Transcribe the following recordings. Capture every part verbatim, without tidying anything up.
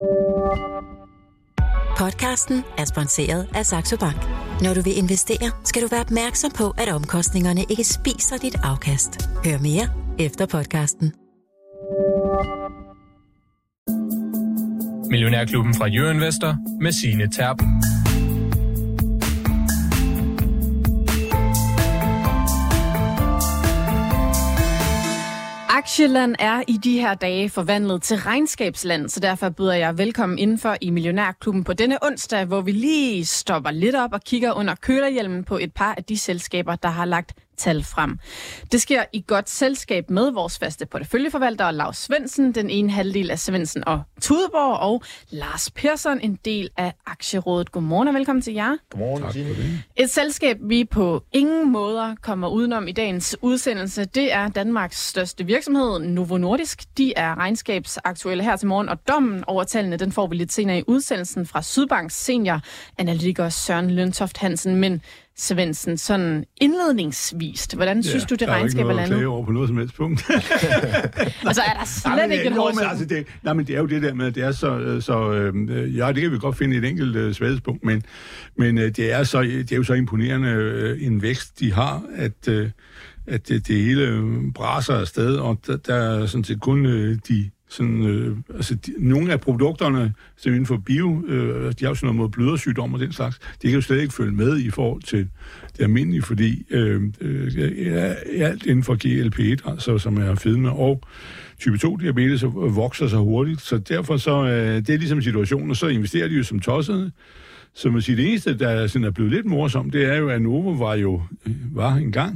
Podcasten er sponsoreret af Saxo Bank. Når du vil investere, skal du være opmærksom på, at omkostningerne ikke spiser dit afkast. Hør mere efter podcasten. Millionærklubben fra Jørgen Investor med Signe Terp. Aktieland er i de her dage forvandlet til regnskabsland, så derfor byder jeg velkommen indenfor i Millionærklubben på denne onsdag, hvor vi lige stopper lidt op og kigger under kølerhjelmen på et par af de selskaber, der har lagt tal frem. Det sker i godt selskab med vores faste porteføljeforvalter Lars Svendsen, den ene halvdel af Svendsen og Tudeborg, og Lars Persson, en del af Aktierådet. Godmorgen og velkommen til jer. Godmorgen. Tak for det. Et selskab, vi på ingen måder kommer udenom i dagens udsendelse, det er Danmarks største virksomhed, Novo Nordisk. De er regnskabsaktuelle her til morgen, og dommen over tallene, den får vi lidt senere i udsendelsen fra Sydbanks senioranalytiker Søren Løntoft Hansen. Men Svendsen, sådan indledningsvist, hvordan ja, synes du, det regnskab er landet? Der er ikke noget at klage over på noget som helst punkt. Altså er der slet nej, ikke et hårdt altså, det, nej, men det er jo det der med, at det er så... så øh, ja, det kan vi godt finde et enkelt øh, svaghedspunkt, men, men øh, det, er så, det er jo så imponerende øh, en vækst, de har, at, øh, at det, det hele braser afsted, og der, der er sådan set kun øh, de... Sådan, øh, altså, de, nogle af produkterne, som inden for bio, øh, de har jo sådan noget mod blødersygdom og den slags, de kan jo slet ikke følge med i forhold til det almindelige, fordi øh, øh, alt inden for G L P et, altså, som er fedme, og type to diabetes vokser så hurtigt, så derfor så, øh, det er ligesom situationen, og så investerer de jo som tossede. Så man siger, det eneste, der sådan er blevet lidt morsomt, det er jo, at Novo var jo var engang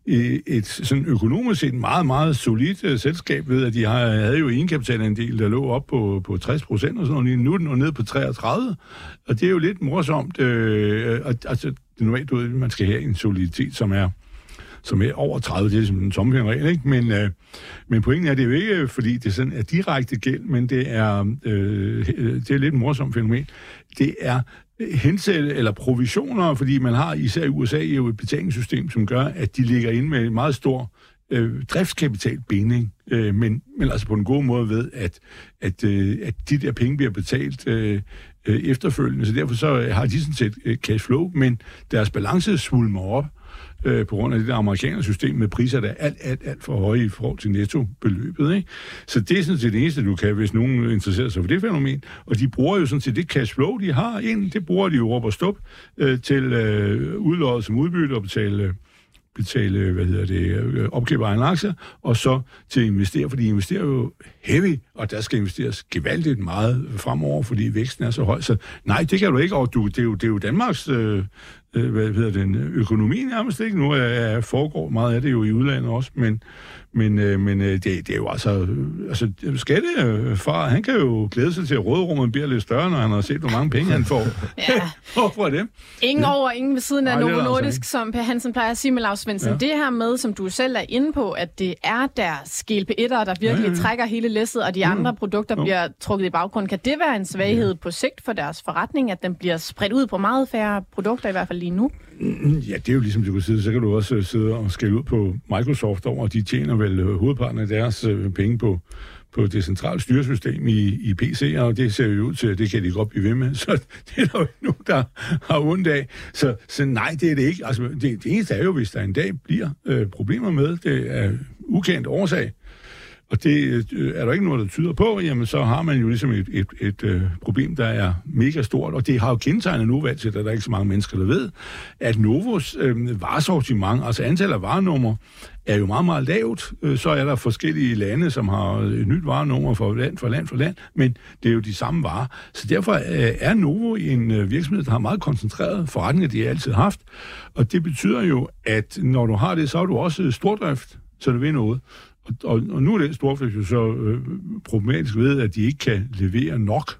et sådan økonomisk set meget, meget solidt uh, selskab ved, at de har, havde jo egenkapitalandel, der lå op på, på tres procent og sådan noget. Nu er den ned på treogtredive, og det er jo lidt morsomt. Øh, altså, det er normalt, at man skal have en soliditet, som er som er over tredive, det er som en tommelfingerregel, ikke? Men, øh, men pointen er, det jo ikke, fordi det sådan er direkte gæld, men det er, øh, det er lidt morsomt fænomen. Det er hensæt eller provisioner, fordi man har især i U S A jo et betalingssystem, som gør, at de ligger inde med en meget stor øh, driftskapitalbinding, øh, men, men altså på en god måde ved, at, at, øh, at de der penge bliver betalt øh, øh, efterfølgende, så derfor så har de sådan set øh, cashflow, men deres balance svulmer op øh, på grund af det der amerikanske system med priser, der er alt, alt, alt for høje i forhold til nettobeløbet, ikke? Så det er sådan set det eneste, du kan, hvis nogen interesserer sig for det fænomen. Og de bruger jo sådan set det cashflow, de har ind, det bruger de jo op og stop øh, til øh, udlådet som udbytte og betale, betale hvad hedder det, opkøb af egne aktier, og så til at investere, for de investerer jo heavy, og der skal investeres gevaldigt meget fremover, fordi væksten er så høj. Så nej, det kan du ikke, og du, det, er jo, det er jo Danmarks øh, hvad hedder den, økonomi nærmest ikke. Nu er, er foregår meget af det jo i udlandet også, men, men, øh, men det, det er jo altså, altså skattefar, han kan jo glæde sig til, at råderummet bliver lidt større, når han har set, hvor mange penge han får. Ja. Fra dem. Ingen ja. over, ingen ved siden af Nej, Novo Nordisk, altså som Per Hansen plejer at sige med Lars Svendsen. Ja. Det her med, som du selv er inde på, at det er deres G L P et'ere, der virkelig ja, ja. trækker hele læsset, og de andre mm. produkter mm. bliver trukket i baggrunden. Kan det være en svaghed ja. på sigt for deres forretning, at den bliver spredt ud på meget færre produkter, i hvert fald lige nu? Ja, det er jo ligesom du kan sige, så kan du også sidde og skælde ud på Microsoft over, de tjener vel hovedparten af deres penge på, på det centrale styresystem i, i P C'er, og det ser jo ud til, at det kan de godt blive ved med, så det er der jo nogen, der har ondt af. Så, så nej, det er det ikke. Altså, det, det eneste er jo, hvis der en dag bliver øh, problemer med, det er ukendt årsag, og det øh, er der ikke noget, der tyder på, jamen så har man jo ligesom et, et, et øh, problem, der er mega stort, og det har jo kendetegnet nu, at der er ikke så mange mennesker, der ved, at Novos øh, varesortiment, altså antal af varenummer, er jo meget, meget lavt. Øh, så er der forskellige lande, som har et nyt varenummer for land, for land, for land, men det er jo de samme varer. Så derfor øh, er Novo en øh, virksomhed, der har meget koncentreret forretninger, de har altid haft, og det betyder jo, at når du har det, så har du også stordrift, så du ved noget. Og, og, og nu er det stordrift jo så øh, problematisk ved, at de ikke kan levere nok.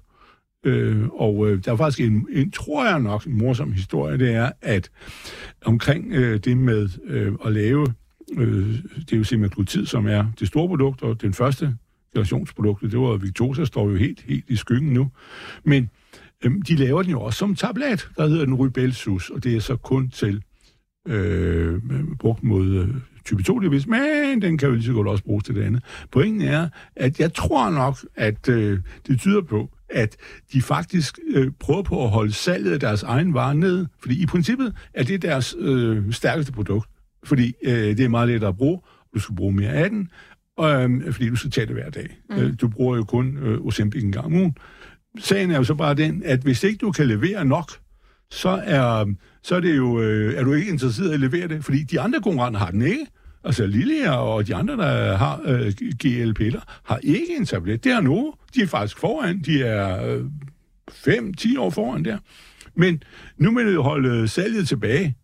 Øh, og øh, der er faktisk en, en, tror jeg nok, en morsom historie, det er, at omkring øh, det med øh, at lave, øh, det er jo semaglutid, som er det store produkt, og den første generationsproduktet, det var Victoza, står jo helt, helt i skyggen nu. Men øh, de laver den jo også som tablet, der hedder den Rybelsus, og det er så kun til øh, brugt mod øh, type to diabetes, men den kan jo lige så godt også bruges til det andet. Pointen er, at jeg tror nok, at øh, det tyder på, at de faktisk øh, prøver på at holde salget af deres egen varer nede, fordi i princippet er det deres øh, stærkeste produkt, fordi øh, det er meget lettere at bruge, du skal bruge mere af den, øh, fordi du skal tage det hver dag. Mm. Øh, du bruger jo kun øh, Ozempic en gang om ugen. Sagen er jo så bare den, at hvis ikke du kan levere nok, så er, så er, det jo, øh, er du ikke interesseret i at levere det, fordi de andre konkurrenter har den ikke. Altså Lilly og de andre, der har øh, G L P-er, har ikke en tablet. Det er nu. De er faktisk foran. De er fem til ti år foran der. Men nu må du holde salget tilbage,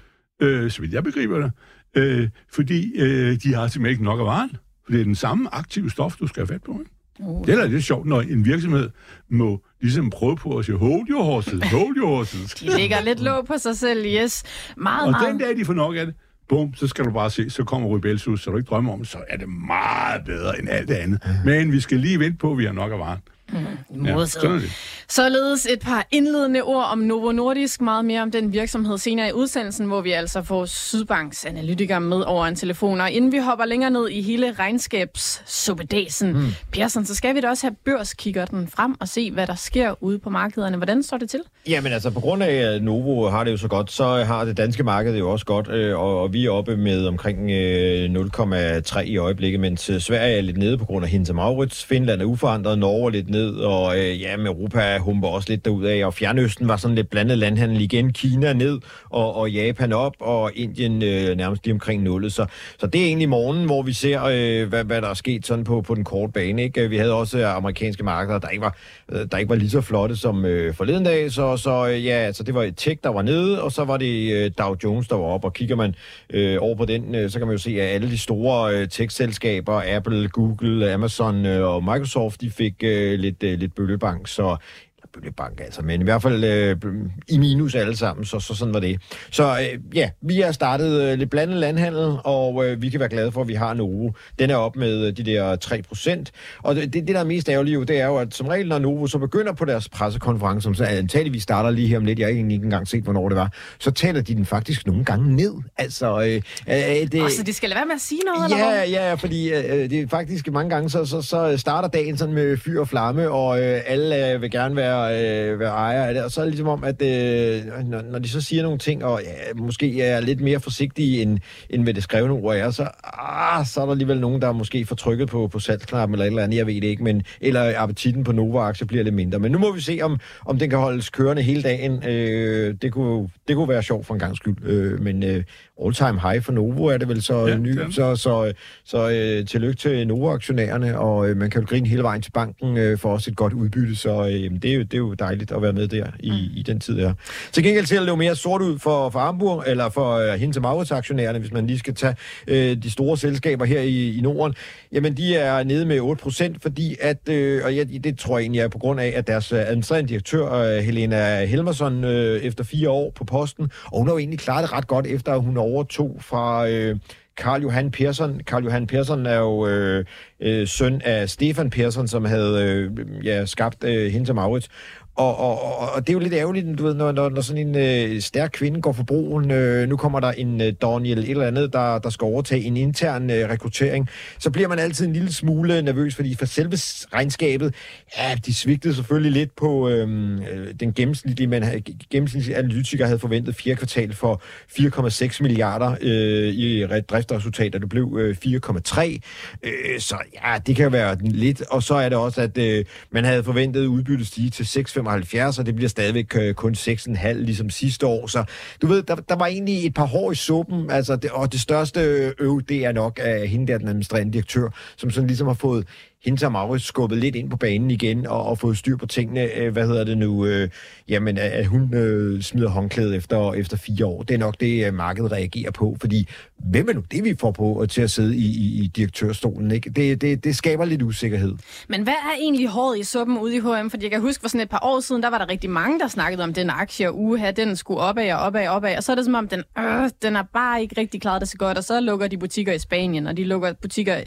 øh, så vidt jeg begriber det, øh, fordi øh, de har simpelthen ikke nok af varen. For det er den samme aktive stof, du skal have fat på. Ikke? Uh. Det er da lidt sjovt, når en virksomhed må ligesom prøve på at sige, hold your horses, hold your horses. De ligger lidt låg på sig selv, yes. Meget, og meget. den dag, de får nok af det, bum, så skal du bare se, så kommer Rybelsus, så du ikke drømmer om, så er det meget bedre end alt det andet. Men vi skal lige vente på, at vi har nok af varen. Mm, ja, sådan det. Således et par indledende ord om Novo Nordisk, meget mere om den virksomhed senere i udsendelsen, hvor vi altså får Sydbanks analytikere med over en telefon. Og inden vi hopper længere ned i hele regnskabssuppedasen, mm. Persson, så skal vi da også have børskikkerten frem og se, hvad der sker ude på markederne. Hvordan står det til? Jamen altså, på grund af at Novo har det jo så godt, så har det danske marked jo også godt, og vi er oppe med omkring nul komma tre i øjeblikket, mens Sverige er lidt nede på grund af Hinta Maurits, Finland er uforandret, Norge er lidt ned, og øh, ja, med Europa humper også lidt derudad, og Fjernøsten var sådan lidt blandet landhandel igen, Kina ned, og, og Japan op, og Indien øh, nærmest lige omkring nullet, så, så det er egentlig morgen, hvor vi ser, øh, hvad, hvad der er sket sådan på, på den korte bane, ikke? Vi havde også amerikanske markeder, der ikke var, der ikke var lige så flotte som øh, forleden dag, så, så øh, ja, så det var et tech, der var nede, og så var det øh, Dow Jones, der var op, og kigger man øh, over på den, øh, så kan man jo se, at alle de store øh, tech-selskaber, Apple, Google, Amazon øh, og Microsoft, de fik øh, lidt lidt bøllebank, så bøllebank altså, men i hvert fald øh, i minus alle sammen, så, så sådan var det. Så øh, ja, vi har startet øh, lidt blandet landhandel, og øh, vi kan være glade for, at vi har Novo. Den er op med de der tre procent, og det, det der er mest ærgerlige jo, det er jo, at som regel, når Novo så begynder på deres pressekonference, som så antageligvis starter lige her om lidt, jeg har egentlig ikke engang set, hvornår det var, så taler de den faktisk nogle gange ned. Altså, øh, øh, det... Og så de skal lade være med at sige noget, ja, eller hvad? Ja, fordi øh, det er faktisk mange gange, så, så, så starter dagen sådan med fyr og flamme, og øh, alle øh, vil gerne være Øh, være ejer af det, og så er det ligesom om, at øh, når, når de så siger nogle ting, og ja, måske er lidt mere forsigtige, end, end med det skrevne ord er, så, ah, så er der alligevel nogen, der måske får trykket på, på salgsknappen eller et eller andet, jeg ved det ikke, men, eller appetitten på Nova-aktier bliver lidt mindre. Men nu må vi se, om, om den kan holdes kørende hele dagen. Øh, det, kunne, det kunne være sjovt for en gang skyld, øh, men øh, all-time high for Novo er det vel så ja, ny, så, så, så øh, tillykke til Nova-aktionærerne, og øh, man kan jo grine hele vejen til banken øh, for også et godt udbytte, så øh, det, er jo, det er jo dejligt at være med der i, mm. i den tid her. Til gengæld ser det jo mere sort ud for, for Hamburg, eller for uh, Hinta Maurits-aktionærerne, hvis man lige skal tage uh, de store selskaber her i, i Norden. Jamen, de er nede med otte procent, fordi at, uh, og ja, det tror jeg egentlig er på grund af, at deres administrerende direktør, uh, Helena Helmersson, uh, efter fire år på posten, og hun har jo egentlig klaret det ret godt, efter at hun overtog fra Uh, Carl Johan Persson. Carl Johan Persson er jo øh, øh, søn af Stefan Persson, som havde øh, ja, skabt øh, Hinta Maurits. Og, og, og, og det er jo lidt ærgerligt, du ved, når, når, når sådan en øh, stærk kvinde går for broen. Øh, nu kommer der en øh, Daniel et eller andet, der, der skal overtage en intern øh, rekruttering. Så bliver man altid en lille smule nervøs, fordi for selve regnskabet, ja, de svigtede selvfølgelig lidt på øh, den gennemsnitlige, man gennemsnitlige analytiker havde forventet fjerde kvartal for fire komma seks milliarder øh, i driftsresultater. Det blev øh, fire komma tre. Øh, så ja, det kan være lidt. Og så er det også, at øh, man havde forventet udbyttet stige til seks komma femoghalvfjerds, og det bliver stadigvæk øh, kun seks komma fem ligesom sidste år. Så du ved, der, der var egentlig et par hår i suppen, altså det, og det største øv, det er nok af hende der, den administrerende direktør, som sådan ligesom har fået Hinta Maurits skubbet lidt ind på banen igen, og, og fået styr på tingene. Hvad hedder det nu? Øh, jamen, at hun øh, smider håndklædet efter, efter fire år. Det er nok det, markedet reagerer på, fordi hvem er nu det, vi får på til at sidde i, i, i direktørstolen? Ikke? Det, det, det skaber lidt usikkerhed. Men hvad er egentlig håret i suppen ude i H M? Fordi jeg kan huske, for sådan et par år siden, der var der rigtig mange, der snakkede om den aktie, og uha, den skulle opad og opad og opad, og så er det som om, den, øh, den er bare ikke rigtig klaret det så godt, og så lukker de butikker i Spanien, og de lukker butikker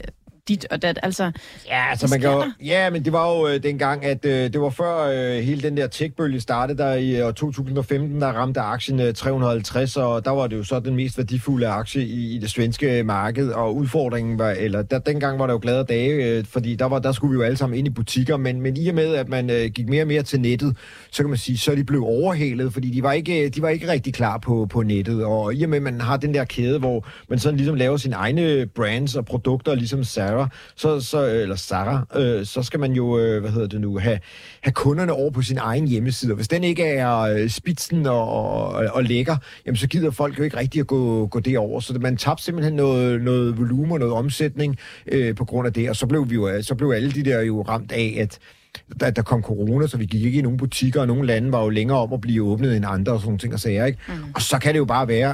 dit og dat. Altså, ja, altså man kan jo, ja, men det var jo øh, dengang, at øh, det var før øh, hele den der tech-bølge startede der i år to tusind og femten, der ramte aktien øh, tre hundrede og halvtreds, og der var det jo så den mest værdifulde aktie i, i det svenske marked, og udfordringen var, eller der, dengang var der jo glade dage, øh, fordi der, var, der skulle vi jo alle sammen ind i butikker, men, men i og med, at man øh, gik mere og mere til nettet, så kan man sige, så er de blevet overhalet, fordi de var ikke, de var ikke rigtig klar på, på nettet, og i og med, at man har den der kæde, hvor man sådan ligesom laver sine egne brands og produkter, ligesom Zara, så, så, eller Zara, øh, så skal man jo, øh, hvad hedder det nu, have, have kunderne over på sin egen hjemmeside. Hvis den ikke er øh, spidsen og, og, og lækker, jamen så gider folk jo ikke rigtig at gå, gå derover. Så man tabte simpelthen noget, noget volumen og noget omsætning øh, på grund af det, og så blev vi jo, så blev alle de der jo ramt af, at Der, der kom corona, så vi gik ikke i nogle butikker, og nogle lande var jo længere om at blive åbnet end andre, og sådan ting og sager, ikke? Mm. Og så kan det jo bare være,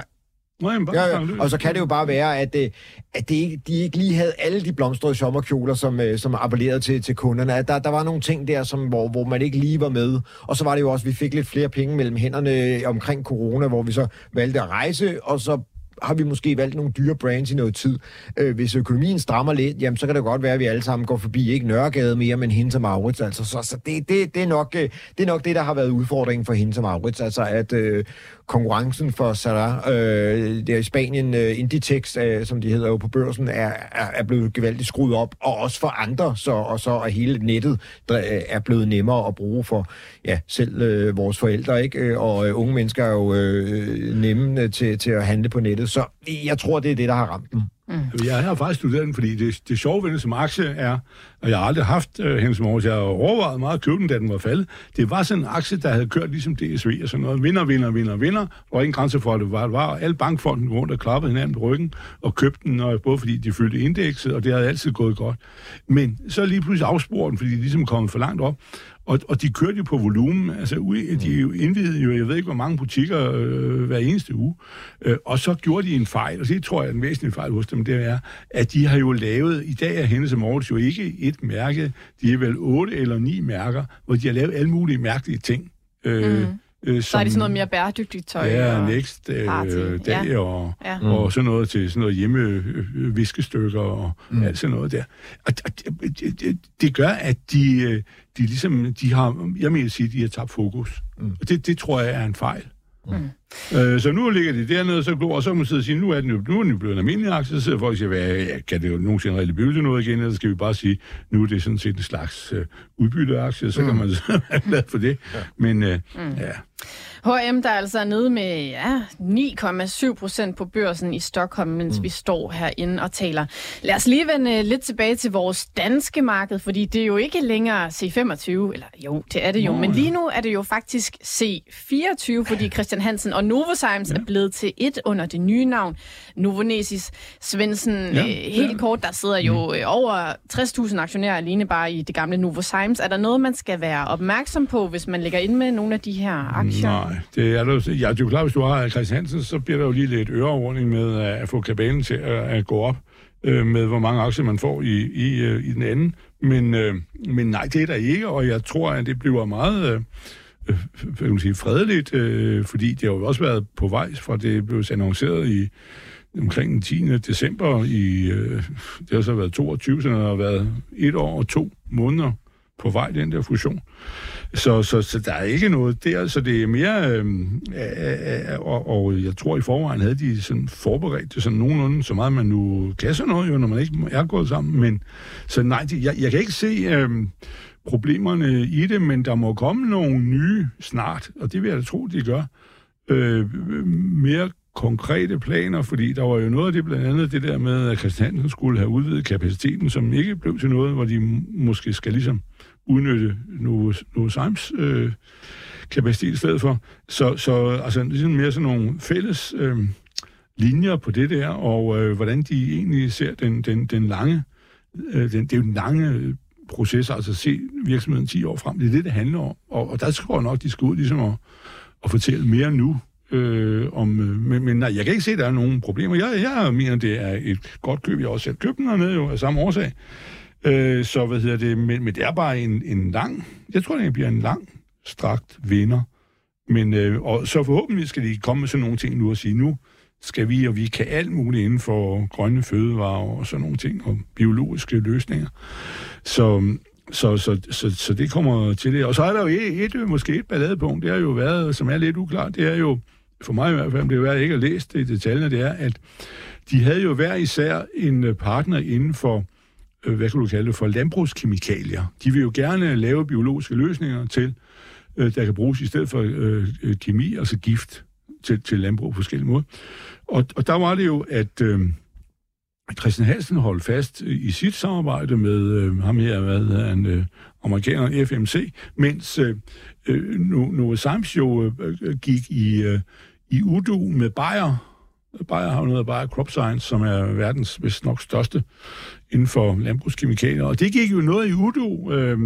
ja, ja. Og så kan det jo bare være, at, at det ikke, de ikke lige havde alle de blomstrede sommerkjoler, som, som appellerede til, til kunderne. At der, der var nogle ting der, som, hvor, hvor man ikke lige var med. Og så var det jo også, at vi fik lidt flere penge mellem hænderne omkring corona, hvor vi så valgte at rejse, og så har vi måske valgt nogle dyre brands i noget tid. Øh, hvis økonomien strammer lidt, jamen, så kan det godt være, at vi alle sammen går forbi, ikke Nørregade mere, men Hennes & Mauritz. Altså, så, så det, det, det, er nok, det er nok det, der har været udfordringen for Hennes & Mauritz. Altså, at øh, konkurrencen for Zara, øh, der i Spanien, øh, Inditex, øh, som de hedder jo på børsen, er, er, er blevet gevaldigt skruet op, og også for andre, så, og så er hele nettet der, øh, er blevet nemmere at bruge for ja, selv øh, vores forældre, ikke? Og øh, unge mennesker er jo øh, nemme til, til at handle på nettet. Så jeg tror, det er det, der har ramt dem. Mm. Jeg har faktisk studeret den, fordi det, det sjove ved den som aktie er, og jeg har aldrig haft uh, Hennes & Mauritz, jeg har overvejet meget at købe den, da den var faldet. Det var sådan en aktie, der havde kørt ligesom D S V og sådan noget. Vinder, vinder, vinder, vinder. Og ingen grænse for, at det var. Det var. Alle bankfonden rundt og klappede hinanden på ryggen og købte den, og både fordi de fyldte indekset, og det havde altid gået godt. Men så lige pludselig afsporede den, fordi de ligesom kom for langt op. Og, og de kørte jo på volumen, altså de indvidede jo, jeg ved ikke, hvor mange butikker øh, hver eneste uge, øh, og så gjorde de en fejl, og det tror jeg er en væsentlig fejl hos dem, det er, at de har jo lavet, i dag er Hennes & Mauritz jo ikke et mærke, de er vel otte eller ni mærker, hvor de har lavet alle mulige mærkelige ting. Øh, mm. Øh, så er det sådan noget mere bæredygtigt tøj. Ja, og Next øh, dag ja. Og, ja. og sådan noget til sådan noget hjemmeviskestykker og mm. alt sådan noget der. Og, og det, det, det gør, at de, de ligesom, de har, jeg mener at sige, de har tabt fokus. Mm. Og det, det tror jeg er en fejl. Mm. Øh, så nu ligger de dernede, så glor, og så må man sidde og sige, nu er den jo, nu er den jo blevet en almindelig aktie, så sidder folk og siger, hvad, ja, kan det jo nogensinde rigtig blive til noget igen, eller skal vi bare sige, nu er det sådan set en slags øh, udbytteaktie, så mm. kan man så være glad for det. Ja. Men øh, mm. ja. H og M, der er altså nede med ja, ni komma syv procent på børsen i Stockholm, mens mm. vi står herinde og taler. Lad os lige vende lidt tilbage til vores danske marked, fordi det er jo ikke længere C femogtyve, eller jo, det er det jo, oh, men lige nu er det jo faktisk C fireogtyve, fordi Christian Hansen og Novozymes ja. er blevet til et under det nye navn, Novonesis. Svendsen, ja. øh, helt ja. kort, der sidder jo øh, over tres tusind aktionærer alene bare i det gamle Novozymes. Er der noget, man skal være opmærksom på, hvis man ligger inde med nogle af de her aktier? Nej. Det er, der, ja, det er jo klart, hvis du har Christian Hansen, så bliver der jo lige lidt øreoverordning med at få kabalen til at, at gå op øh, med, hvor mange aktier man får i, i, øh, i den anden. Men, øh, men nej, det er der ikke, og jeg tror, at det bliver meget øh, øh, hvad kan man sige, fredeligt, øh, fordi det har jo også været på vej fra det blev annonceret i omkring den tiende december. I, øh, det har så været toogtyve, så det har været et år og to måneder på vej, den der fusion. Så, så, så der er ikke noget der, så det er mere, øh, øh, og, og jeg tror i forvejen havde de sådan forberedt det sådan nogenlunde, så meget man nu kan sådan noget jo, når man ikke er gået sammen, men så nej, det, jeg, jeg kan ikke se øh, problemerne i det, men der må komme nogle nye snart, og det vil jeg da tro, de gør, øh, mere konkrete planer, fordi der var jo noget af det, blandt andet det der med, at Christian Hansen skulle have udvidet kapaciteten, som ikke blev til noget, hvor de måske skal ligesom udnytte Novozymes øh, kapacitet i stedet for. Så, så altså, ligesom mere sådan nogle fælles øh, linjer på det der, og øh, hvordan de egentlig ser den, den, den lange, øh, den, det er jo den lange proces, altså se virksomheden ti år frem. Det er det, det handler om. Og, og der tror jeg nok, de skal ud ligesom at, at fortælle mere nu. Øh, om, øh, men, men nej, jeg kan ikke se, at der er nogen problemer. Jeg, jeg mener, det er et godt køb. Jeg har også selv købt den hernede jo af samme årsag. Øh, så hvad hedder det? Men, men det er bare en, en lang, jeg tror, det bliver en lang, strakt vinder. Men øh, og så forhåbentlig skal de komme med sådan nogle ting nu og sige, nu skal vi, og vi kan alt muligt inden for grønne fødevarer og sådan nogle ting, og biologiske løsninger. Så, så, så, så, så det kommer til det. Og så er der jo et, et måske et balladepunkt, det har jo været, som er lidt uklart, det er jo, for mig i hvert fald, det er jo været, ikke at læse det i detaljerne, det er, at de havde jo hver især en partner inden for, hvad kan du kalde det, for landbrugskemikalier. De vil jo gerne lave biologiske løsninger til, der kan bruges i stedet for øh, kemi, altså gift, til, til landbrug på forskellige måder. Og, og der var det jo, at øh, Christian Hansen holdt fast i sit samarbejde med øh, ham her, hvad hedder han, øh, amerikaneren F M C, mens øh, Novozymes jo øh, gik i, øh, i udu med Bayer. Bayer har jo noget af Bayer Crop Science, som er verdens vist nok største inden for landbrugskemikalier. Og det gik jo noget i udu, øh,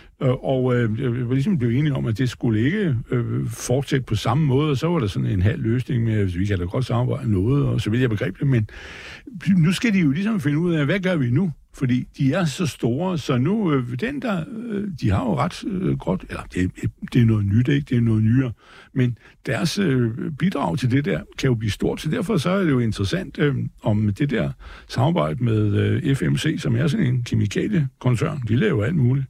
og øh, jeg var ligesom blevet enige om, at det skulle ikke øh, fortsætte på samme måde, og så var der sådan en halv løsning med, at vi kan da godt samarbejde noget, og så vil jeg begribe det, men nu skal de jo ligesom finde ud af, hvad gør vi nu? Fordi de er så store, så nu, øh, den der, øh, de har jo ret øh, godt, eller det, det er noget nyt, ikke? Det er noget nyere, men deres øh, bidrag til det der kan jo blive stort, så derfor så er det jo interessant, øh, om det der samarbejde med øh, F M C, som er sådan en kemikaliekoncern, de laver alt muligt,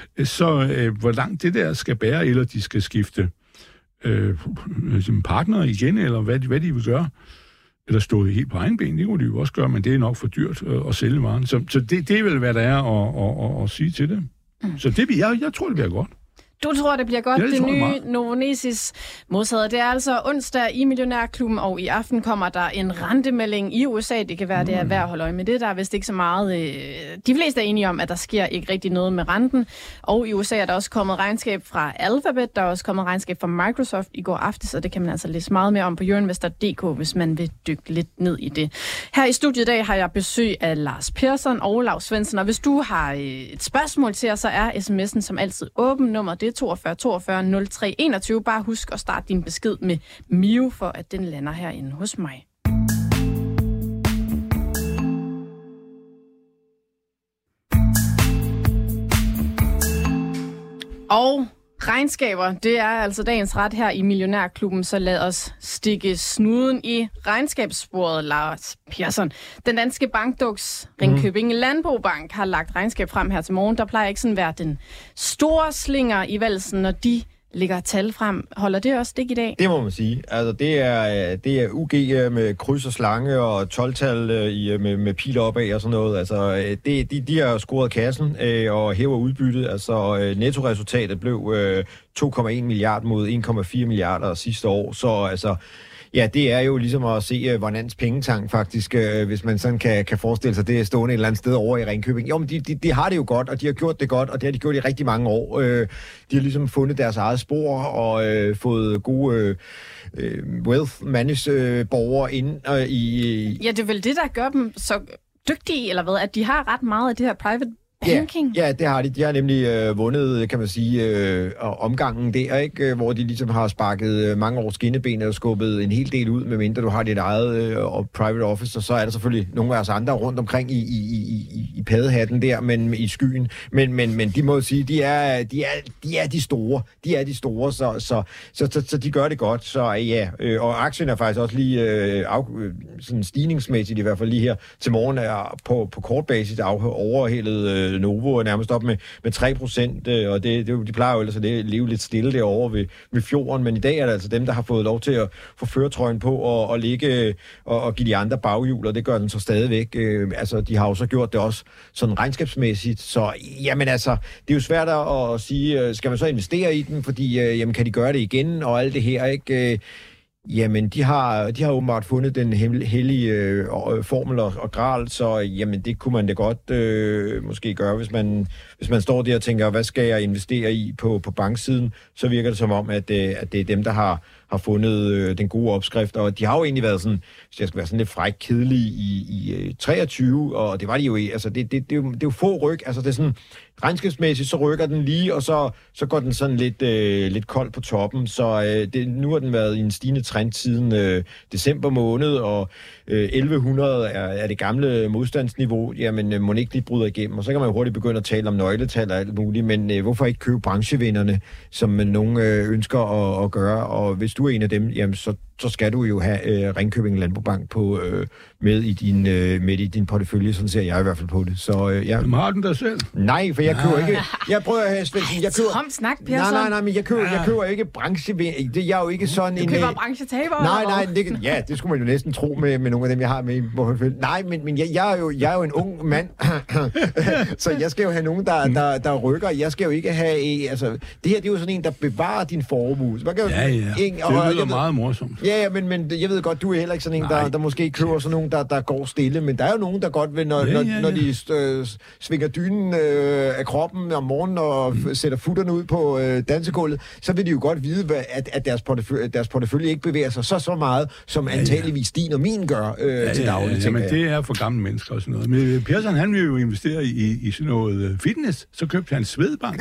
så øh, hvor langt det der skal bære, eller de skal skifte øh, partner igen, eller hvad, hvad de vil gøre, eller stå helt på egen ben, det kunne de jo også gøre, men det er nok for dyrt at, at sælge varen. Så, så det, det er vel, hvad der er at, at, at, at sige til det. Mm. Så det, jeg, jeg tror, det bliver godt. Du tror, det bliver godt. Ja, det, det nye Novonesis modtaget. Det er altså onsdag i Millionærklubben, og i aften kommer der en rentemelding i U S A. Det kan være, mm. det er værd at holde øje med det. Der er vist ikke så meget. Øh, de fleste er enige om, at der sker ikke rigtig noget med renten. Og i U S A er der også kommet regnskab fra Alphabet. Der er også kommet regnskab fra Microsoft i går aftes, og det kan man altså læse meget mere om på Euroinvestor punktum d k, hvis man vil dykke lidt ned i det. Her i studiet i dag har jeg besøg af Lars Persson og Lav Svendsen. Og hvis du har et spørgsmål til os, så er sms'en som altid åben. Nummer det er toogfyrre toogfyrre nul tre enogtyve. Bare husk at starte din besked med Mio, for at den lander herinde hos mig. Og regnskaber, det er altså dagens ret her i Millionærklubben, så lad os stikke snuden i regnskabssporet, Lars Persson. Den danske bankduks Ringkøbing Landbobank har lagt regnskab frem her til morgen. Der plejer ikke sådan være den store slinger i valsen, når de lægger tal frem. Holder det også stik i dag? Det må man sige. Altså, det er, det er U G med kryds og slange og tolv-tal i, med, med pil opad og sådan noget. Altså, det, de, de har scoret kassen øh, og hæver udbyttet. Altså, nettoresultatet blev øh, to komma en milliard mod en komma fire milliarder sidste år. Så altså, ja, det er jo ligesom at se uh, Vornans pengetank faktisk, uh, hvis man sådan kan, kan forestille sig det stående et eller andet sted over i Ringkøbing. Jo, men de, de, de har det jo godt, og de har gjort det godt, og det har de gjort i rigtig mange år. Uh, de har ligesom fundet deres eget spor og uh, fået gode uh, wealth managed uh, borgere ind uh, i... Ja, det er vel det, der gør dem så dygtige, eller hvad? At de har ret meget af det her private banking. Ja, ja, det har de. De har nemlig øh, vundet, kan man sige, øh, omgangen der, ikke? Hvor de ligesom har sparket øh, mange års skinneben og skubbet en hel del ud, medmindre du har dit eget øh, og private office, og så er der selvfølgelig nogle af os andre rundt omkring i, i, i, i paddehatten der, men i skyen. Men, men, men de må jo sige, de er, de er, de er de store. De er de store, så, så, så, så, så de gør det godt. Så ja, øh, og aktien er faktisk også lige øh, af, sådan stigningsmæssigt, i hvert fald lige her til morgen, er på, på kort basis overhældet øh, Novo er nærmest op med, med tre procent, og det, det, de plejer jo ellers at leve lidt stille derovre ved, ved fjorden, men i dag er det altså dem, der har fået lov til at få føretrøjen på og, og ligge og, og give de andre baghjul, og det gør den så stadigvæk. Øh, altså, de har jo så gjort det også sådan regnskabsmæssigt, så jamen altså, det er jo svært at sige, skal man så investere i den, fordi øh, jamen, kan de gøre det igen, og alt det her, ikke? Øh, Jamen, de har, de har åbenbart fundet den hellige øh, formel og, og gral, så jamen, det kunne man da godt øh, måske gøre, hvis man, hvis man står der og tænker, hvad skal jeg investere i på, på banksiden, så virker det som om, at, øh, at det er dem, der har, har fundet øh, den gode opskrift, og de har jo egentlig været sådan, hvis jeg skal være sådan lidt fræk kedelig i, i øh, treogtyve, og det var de jo i, altså det, det, det, er jo, det er jo få ryg, altså det er sådan, regnskabsmæssigt, så rykker den lige, og så, så går den sådan lidt, øh, lidt kold på toppen, så øh, det, nu har den været i en stigende trend siden øh, december måned, og øh, elleve hundrede er, er det gamle modstandsniveau, jamen øh, må ikke lige bryder igennem, og så kan man jo hurtigt begynde at tale om nøgletal og alt muligt, men øh, hvorfor ikke købe branchevinderne, som nogen øh, ønsker at, at gøre, og hvis du er en af dem, jamen så, så skal du jo have øh, Ringkøbing Landbobank på, øh, med, i din, øh, med i din portefølje, sådan ser jeg i hvert fald på det. Så, øh, ja. Men har den der selv? Nej, for jeg nej. køber ikke... Jeg prøver at have Svendsen, jeg køber... Tom snak, Persson. Nej, nej, nej, men jeg køber, jeg køber ikke branchevind. Det jeg er jo ikke sådan du en... Du køber branchetaber? Nej, nej, det, ja, det skulle man jo næsten tro med, med nogle af dem, jeg har med i portefølje. Nej, men, men jeg, jeg, er jo, jeg er jo en ung mand, så jeg skal jo have nogen, der, der, der rykker. Jeg skal jo ikke have... Altså, det her, det er jo sådan en, der bevarer din formue. Man kan jo, ja, ja. En, det og, lyder ved, meget morsomt. Ja, ja, men, men jeg ved godt, du er heller ikke sådan en, der, der måske køber sådan nogen, der, der går stille. Men der er jo nogen, der godt vil, når, ja, ja, ja. når, når de øh, svinger dynen øh, af kroppen om morgenen og mm. sætter futterne ud på øh, dansegulvet, så vil de jo godt vide, hvad, at, at deres, portefølje, deres portefølje ikke bevæger sig så så meget, som ja, antageligvis din og min gør øh, ja, til daglig. Ja, ja, men det er for gamle mennesker og sådan noget. Men Persson, han vil jo investere i, i sådan noget fitness, så købte han Svedbank.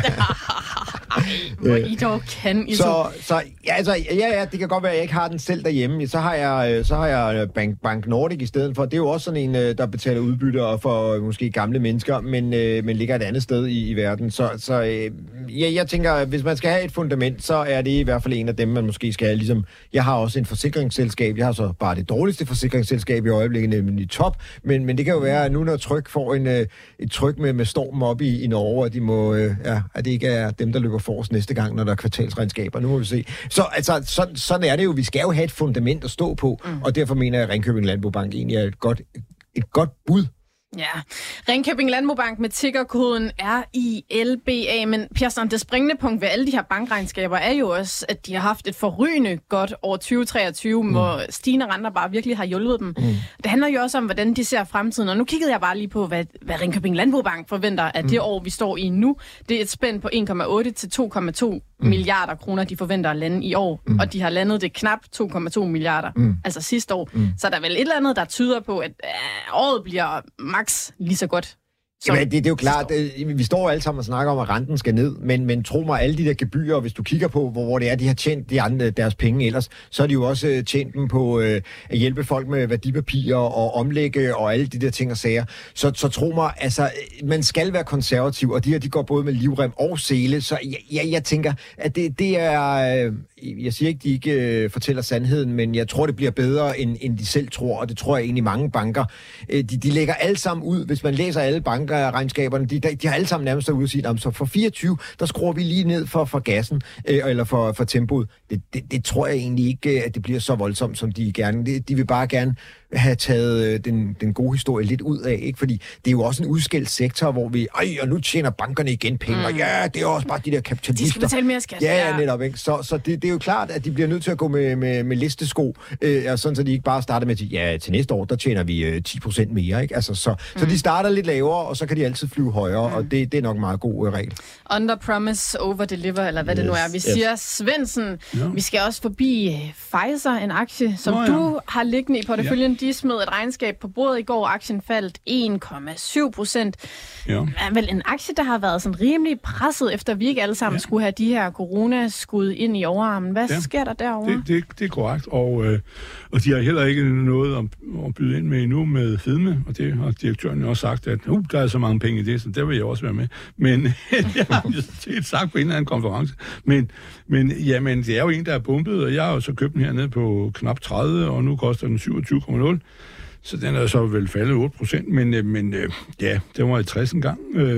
Hvor I dog kan. I så, så ja, altså, ja, ja, det kan godt være, at jeg ikke har den selv derhjemme. Så har jeg, så har jeg Bank, Bank Nordic i stedet for. Det er jo også sådan en, der betaler udbytter for måske gamle mennesker, men, men ligger et andet sted i, i verden. Så, så ja, jeg tænker, at hvis man skal have et fundament, så er det i hvert fald en af dem, man måske skal have. Ligesom, jeg har også en forsikringsselskab. Jeg har så bare det dårligste forsikringsselskab i øjeblikket, nemlig Top. Men, men det kan jo være, at nu når Tryg får en, et tryk med, med stormen op i, i Norge, at, de må, ja, at det ikke er dem, der løber forrest næste gang, når der er kvartalsregnskaber. Nu må vi se. Så altså, så, sådan er det jo. Vi skal jo have et fundament at stå på, mm. og derfor mener jeg, at Ringkøbing Landbobank egentlig er et godt, et godt bud. Ja, Ringkøbing Landbobank med tickerkoden R I L B A, men Persson, det springende punkt ved alle de her bankregnskaber er jo også, at de har haft et forrygende godt år tyve treogtyve, mm. hvor stigende renter bare virkelig har hjulpet dem. Mm. Det handler jo også om, hvordan de ser fremtiden, og nu kiggede jeg bare lige på, hvad, hvad Ringkøbing Landbobank forventer, at mm. det år, vi står i nu, det er et spænd på en komma otte til to komma to mm. milliarder kroner, de forventer at lande i år, mm. og de har landet det knap to komma to milliarder, mm. altså sidste år. Mm. Så der er vel et eller andet, der tyder på, at øh, året bliver lige så godt. Jamen, det, det er jo klart, det, vi står alle sammen og snakker om, at renten skal ned, men, men tro mig, alle de der gebyrer, hvis du kigger på, hvor, hvor det er, de har tjent de andre, deres penge ellers, så er de jo også tjent dem på øh, at hjælpe folk med værdipapirer og omlægge og alle de der ting og sager. Så, så tro mig, altså, man skal være konservativ, og de her, de går både med livrem og sele, så jeg, jeg, jeg tænker, at det, det er... Øh, jeg siger ikke, de ikke øh, fortæller sandheden, men jeg tror, det bliver bedre, end, end de selv tror, og det tror jeg egentlig mange banker. Øh, de, de lægger alle sammen ud, hvis man læser alle bankerregnskaberne, de, de har alle sammen nærmest derude og sige, så for fireogtyve, der skruer vi lige ned for, for gassen, øh, eller for, for tempoet. Det, det, det tror jeg egentlig ikke, at det bliver så voldsomt, som de gerne. De, de vil bare gerne have taget den, den gode historie lidt ud af, ikke? Fordi det er jo også en udskilt sektor, hvor vi, ej, og nu tjener bankerne igen penge, mm. og ja, det er også bare de der kapitalister. De skal betale mere skat. Ja, ja, netop, ikke? Så, så det, det er jo klart, at de bliver nødt til at gå med, med, med listesko, øh, og sådan, så de ikke bare starter med, at ja, til næste år, der tjener vi øh, ti procent mere, ikke? Altså, så, mm. så de starter lidt lavere, og så kan de altid flyve højere, mm. og det, det er nok en meget god øh, regel. Under promise, over deliver, eller hvad yes. det nu er. Vi yes. siger, Svendsen, ja. vi skal også forbi Pfizer, en aktie, som oh, ja. du har liggende i porteføljen. Ja. De smed et regnskab på bordet i går. Aktien faldt en komma syv procent. Ja. Er vel en aktie, der har været sådan rimelig presset, efter vi ikke alle sammen ja. skulle have de her coronaskud ind i overarmen. Hvad ja. sker der derovre? Det, det, det er korrekt, og, øh, og de har heller ikke noget at, at byde ind med endnu med fedme, og det har direktøren jo også sagt, at uh, der er så mange penge i det, så der vil jeg også være med. Men jeg har jo sagt på en eller anden konference. Men, men jamen, det er jo en, der er pumpet, og jeg har jo så købt den hernede på knap tredive, og nu koster den syvogtyve komma nul. Så den er så vel faldet otte procent, men, men ja, det var i tres engang.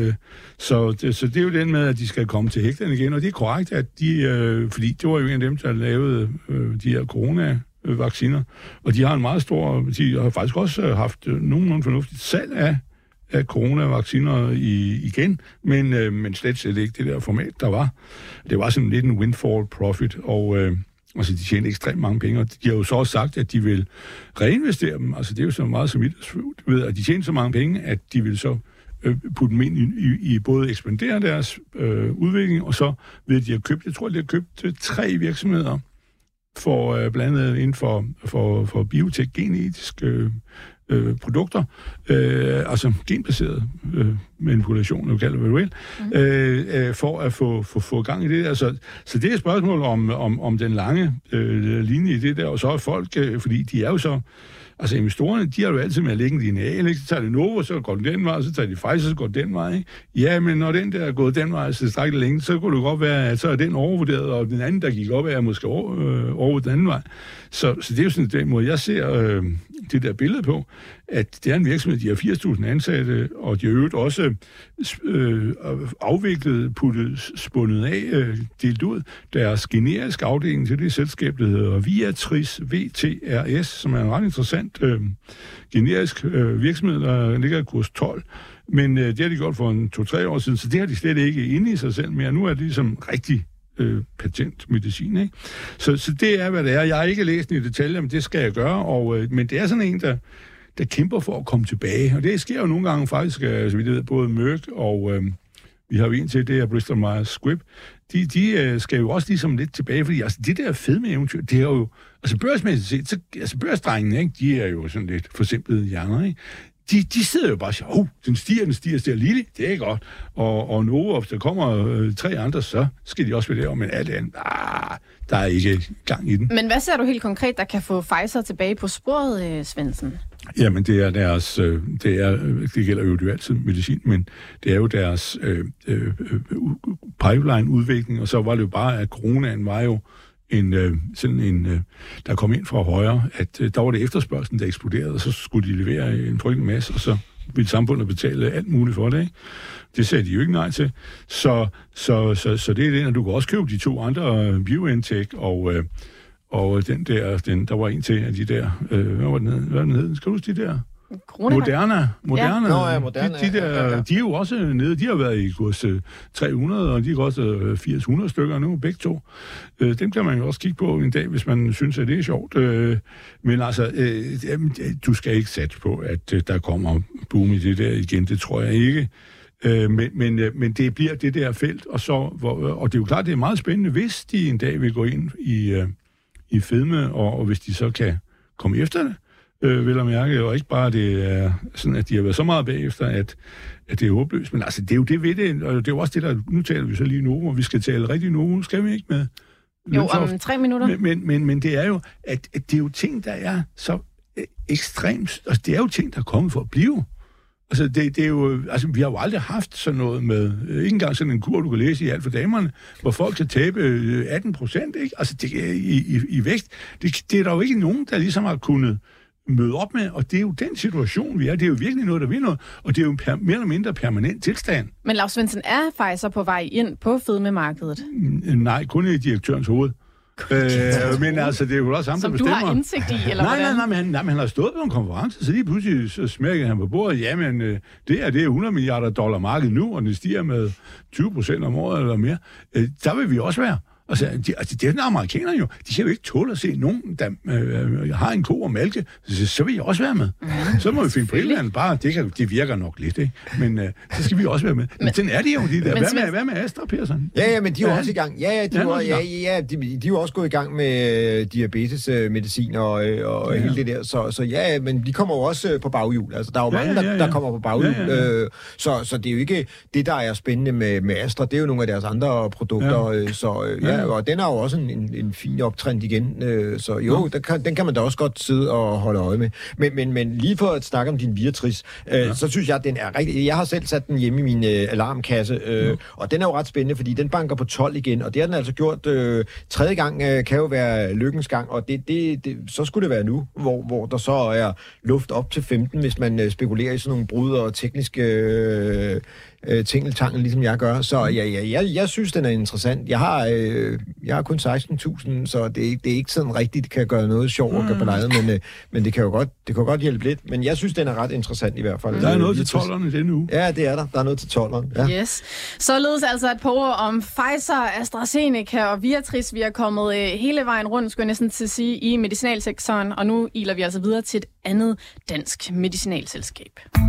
Så det, så det er jo den med, at de skal komme til hægterne igen, og det er korrekt, at de, fordi det var jo en af dem, der lavede de her coronavacciner, og de har en meget stor, de har faktisk også haft nogenlunde fornuftigt salg af, af coronavacciner i, igen, men, men slet slet ikke det der format, der var. Det var sådan lidt en windfall profit, og altså, de tjener ekstremt mange penge, og de har jo så også sagt, at de vil reinvestere dem. Altså, det er jo så meget som idrætsfødt, ved at de tjener så mange penge, at de vil så øh, putte dem ind i, i, i både ekspandere deres øh, udvikling, og så ved at de har købt, jeg tror, de har købt tre virksomheder for øh, blandt andet inden for, for, for biotek, genetiske øh, produkter, øh, altså genbaserede øh, manipulation, du kalder det, hvad du vil, mm. øh, øh, for at få, få, få gang i det der. Så, så det er et spørgsmål om, om, om den lange øh, linje i det der, og så er folk, øh, fordi de er jo så, altså investorerne, de har jo altid med at lægge en lineal, ikke? Så tager det Novo, så går den den vej, så tager de Pfizer, så går den vej, ikke? Ja, men når den der er gået den vej, så strækker længe, så kunne det godt være, at så er den overvurderet, og den anden, der gik op, er måske over, øh, over den anden vej. Så, så det er jo sådan den måde, jeg ser øh, det der billede på, at det er en virksomhed, de har firs tusind ansatte, og de har øvrigt også øh, afviklet, puttet, spundet af, øh, delt ud deres generiske afdeling til det selskab, der hedder Viatris, V T R S, som er en ret interessant øh, generisk øh, virksomhed, der ligger i kurs tolv. Men øh, det har de gjort for en to-tre år siden, så det har de slet ikke inde i sig selv mere. Nu er det ligesom rigtig øh, patentmedicin, ikke? Så, så det er, hvad det er. Jeg har ikke læst den i detaljer, men det skal jeg gøre, og, øh, men det er sådan en, der der kæmper for at komme tilbage. Og det sker jo nogle gange faktisk, altså vi ved, både Merck og øh, vi har jo en til, det er Bristol Myers Squibb, de, de øh, skal jo også ligesom lidt tilbage, fordi altså det der fedme eventyr, det er jo, altså børsmæssigt set, så, altså børsdrengene, ikke, de er jo sådan lidt forsimplede hjerner, ikke? De, de sidder jo bare og siger, åh, oh, den stiger, den stiger, stiger lille, det er godt. Og, og nu, hvis der kommer øh, tre andre, så skal de også være der, men alt andet, ah, der er ikke gang i den. Men hvad ser du helt konkret, der kan få Pfizer tilbage på sporet, øh, Svendsen? Jamen, det er deres, øh, det er, det gælder jo altid medicin, men det er jo deres øh, øh, pipeline-udvikling, og så var det jo bare, at coronaen var jo en, øh, sådan en, øh, der kom ind fra højre, at øh, der var det efterspørgselen, der eksploderede, og så skulle de levere en frygtelig masse, og så ville samfundet betale alt muligt for det, ikke? Det sagde de jo ikke nej til. Så, så, så, så det er det, og du kan også købe de to andre, BioNTech og, øh, og den der, den, der var en til af de der, øh, hvad var den hed? Hvad var den hed? Skal du huske de der? Corona. Moderna. Moderna. Ja. Nå, ja, Moderna. De, de, der, ja, ja. de er jo også nede. De har været i kurs tre hundrede, og de er også firs hundrede stykker nu, begge to. Øh, dem kan man jo også kigge på en dag, hvis man synes, at det er sjovt. Øh, men altså, øh, du skal ikke satse på, at øh, der kommer boom i det der igen. Det tror jeg ikke. Øh, men, men, men det bliver det der felt, og, så, hvor, og det er jo klart, det er meget spændende, hvis de en dag vil gå ind i, øh, i fedme, og, og hvis de så kan komme efter det. Øh, vil jeg mærke, og ikke bare det er sådan, at de har været så meget bagefter, at, at det er håbløst. Men altså, det er jo det ved det, og det er jo også det, der, nu taler vi så lige Novo, og vi skal tale rigtig Novo, skal vi ikke med? Jo, om tre minutter. Men, men, men, men det er jo, at, at det er jo ting, der er så ekstremt, altså det er jo ting, der er kommet for at blive. Altså, det, det er jo, altså, vi har jo aldrig haft sådan noget med, ikke engang sådan en kur, du kan læse i Alt for damerne, hvor folk kan tabe atten procent, ikke? Altså, det, i, i, i vægt. Det, det er der jo ikke nogen, der ligesom har kunnet møde op med, og det er jo den situation, vi er. Det er jo virkelig noget, der vil noget, og det er jo en per, mere eller mindre permanent tilstand. Men Lars Svendsen, er Pfizer på vej ind på fedmemarkedet? Nej, kun i direktørens hoved. Øh, men altså, det er jo også ham, som der bestemmer. Som du har indsigt i, eller nej, hvordan? Nej, nej, men han, nej, men han har stået på en konference, så lige pludselig så smækkede han på bordet, jamen, øh, det er det er hundrede milliarder dollar marked nu, og det stiger med tyve procent om året eller mere. Øh, der vil vi også være. Altså, de, altså, det er den amerikanere jo. De kan jo ikke tåle at se nogen, der øh, har en ko og mælke. Så, så vil jeg også være med. Mm, så må vi finde på et eller andet bare. Det, kan, det virker nok lidt, ikke? Men øh, så skal vi også være med. Men, men sådan er de jo, de der. Hvad med, hvad med Astra, Persson? Ja, ja, men de er jo også i gang. Ja, ja, de, ja, var, ja, ja, de, de er jo også gået i gang med diabetesmedicin og, og ja. hele det der. Så, så ja, men de kommer jo også på baghjul. Altså, der er jo ja, mange, ja, ja, ja. Der, der kommer på baghjul. Ja, ja, ja. Øh, så, så det er jo ikke det, der er spændende med, med Astra. Det er jo nogle af deres andre produkter. Ja. Så øh, ja. Ja, og den har jo også en, en, en fin optrend igen, øh, så jo, ja. kan, den kan man da også godt sidde og holde øje med. Men, men, men lige for at snakke om din Viatris, øh, ja. så synes jeg, at den er rigtig... Jeg har selv sat den hjemme i min øh, alarmkasse, øh, ja. og den er jo ret spændende, fordi den banker på tolv igen, og det har den altså gjort øh, tredje gang, øh, kan jo være lykkens gang, og det, det, det, så skulle det være nu, hvor, hvor der så er luft op til femten, hvis man øh, spekulerer i sådan nogle brud og tekniske... Øh, tingeltangel, ligesom jeg gør. Så ja, ja, jeg, jeg synes, den er interessant. Jeg har, øh, jeg har kun seksten tusind, så det er, det er ikke sådan rigtigt, det kan gøre noget sjovt og gøre på lejet, men, øh, men det kan jo godt, det kan godt hjælpe lidt. Men jeg synes, den er ret interessant i hvert fald. Der er noget til tolderne denne uge. Ja, det er der. Der er noget til tolderne. Ja. Yes. Således altså et par ord om Pfizer, AstraZeneca og Viatris. Vi er kommet øh, hele vejen rundt, skulle jeg næsten til at sige, i medicinalsektoren, og nu iler vi altså videre til et andet dansk medicinalselskab.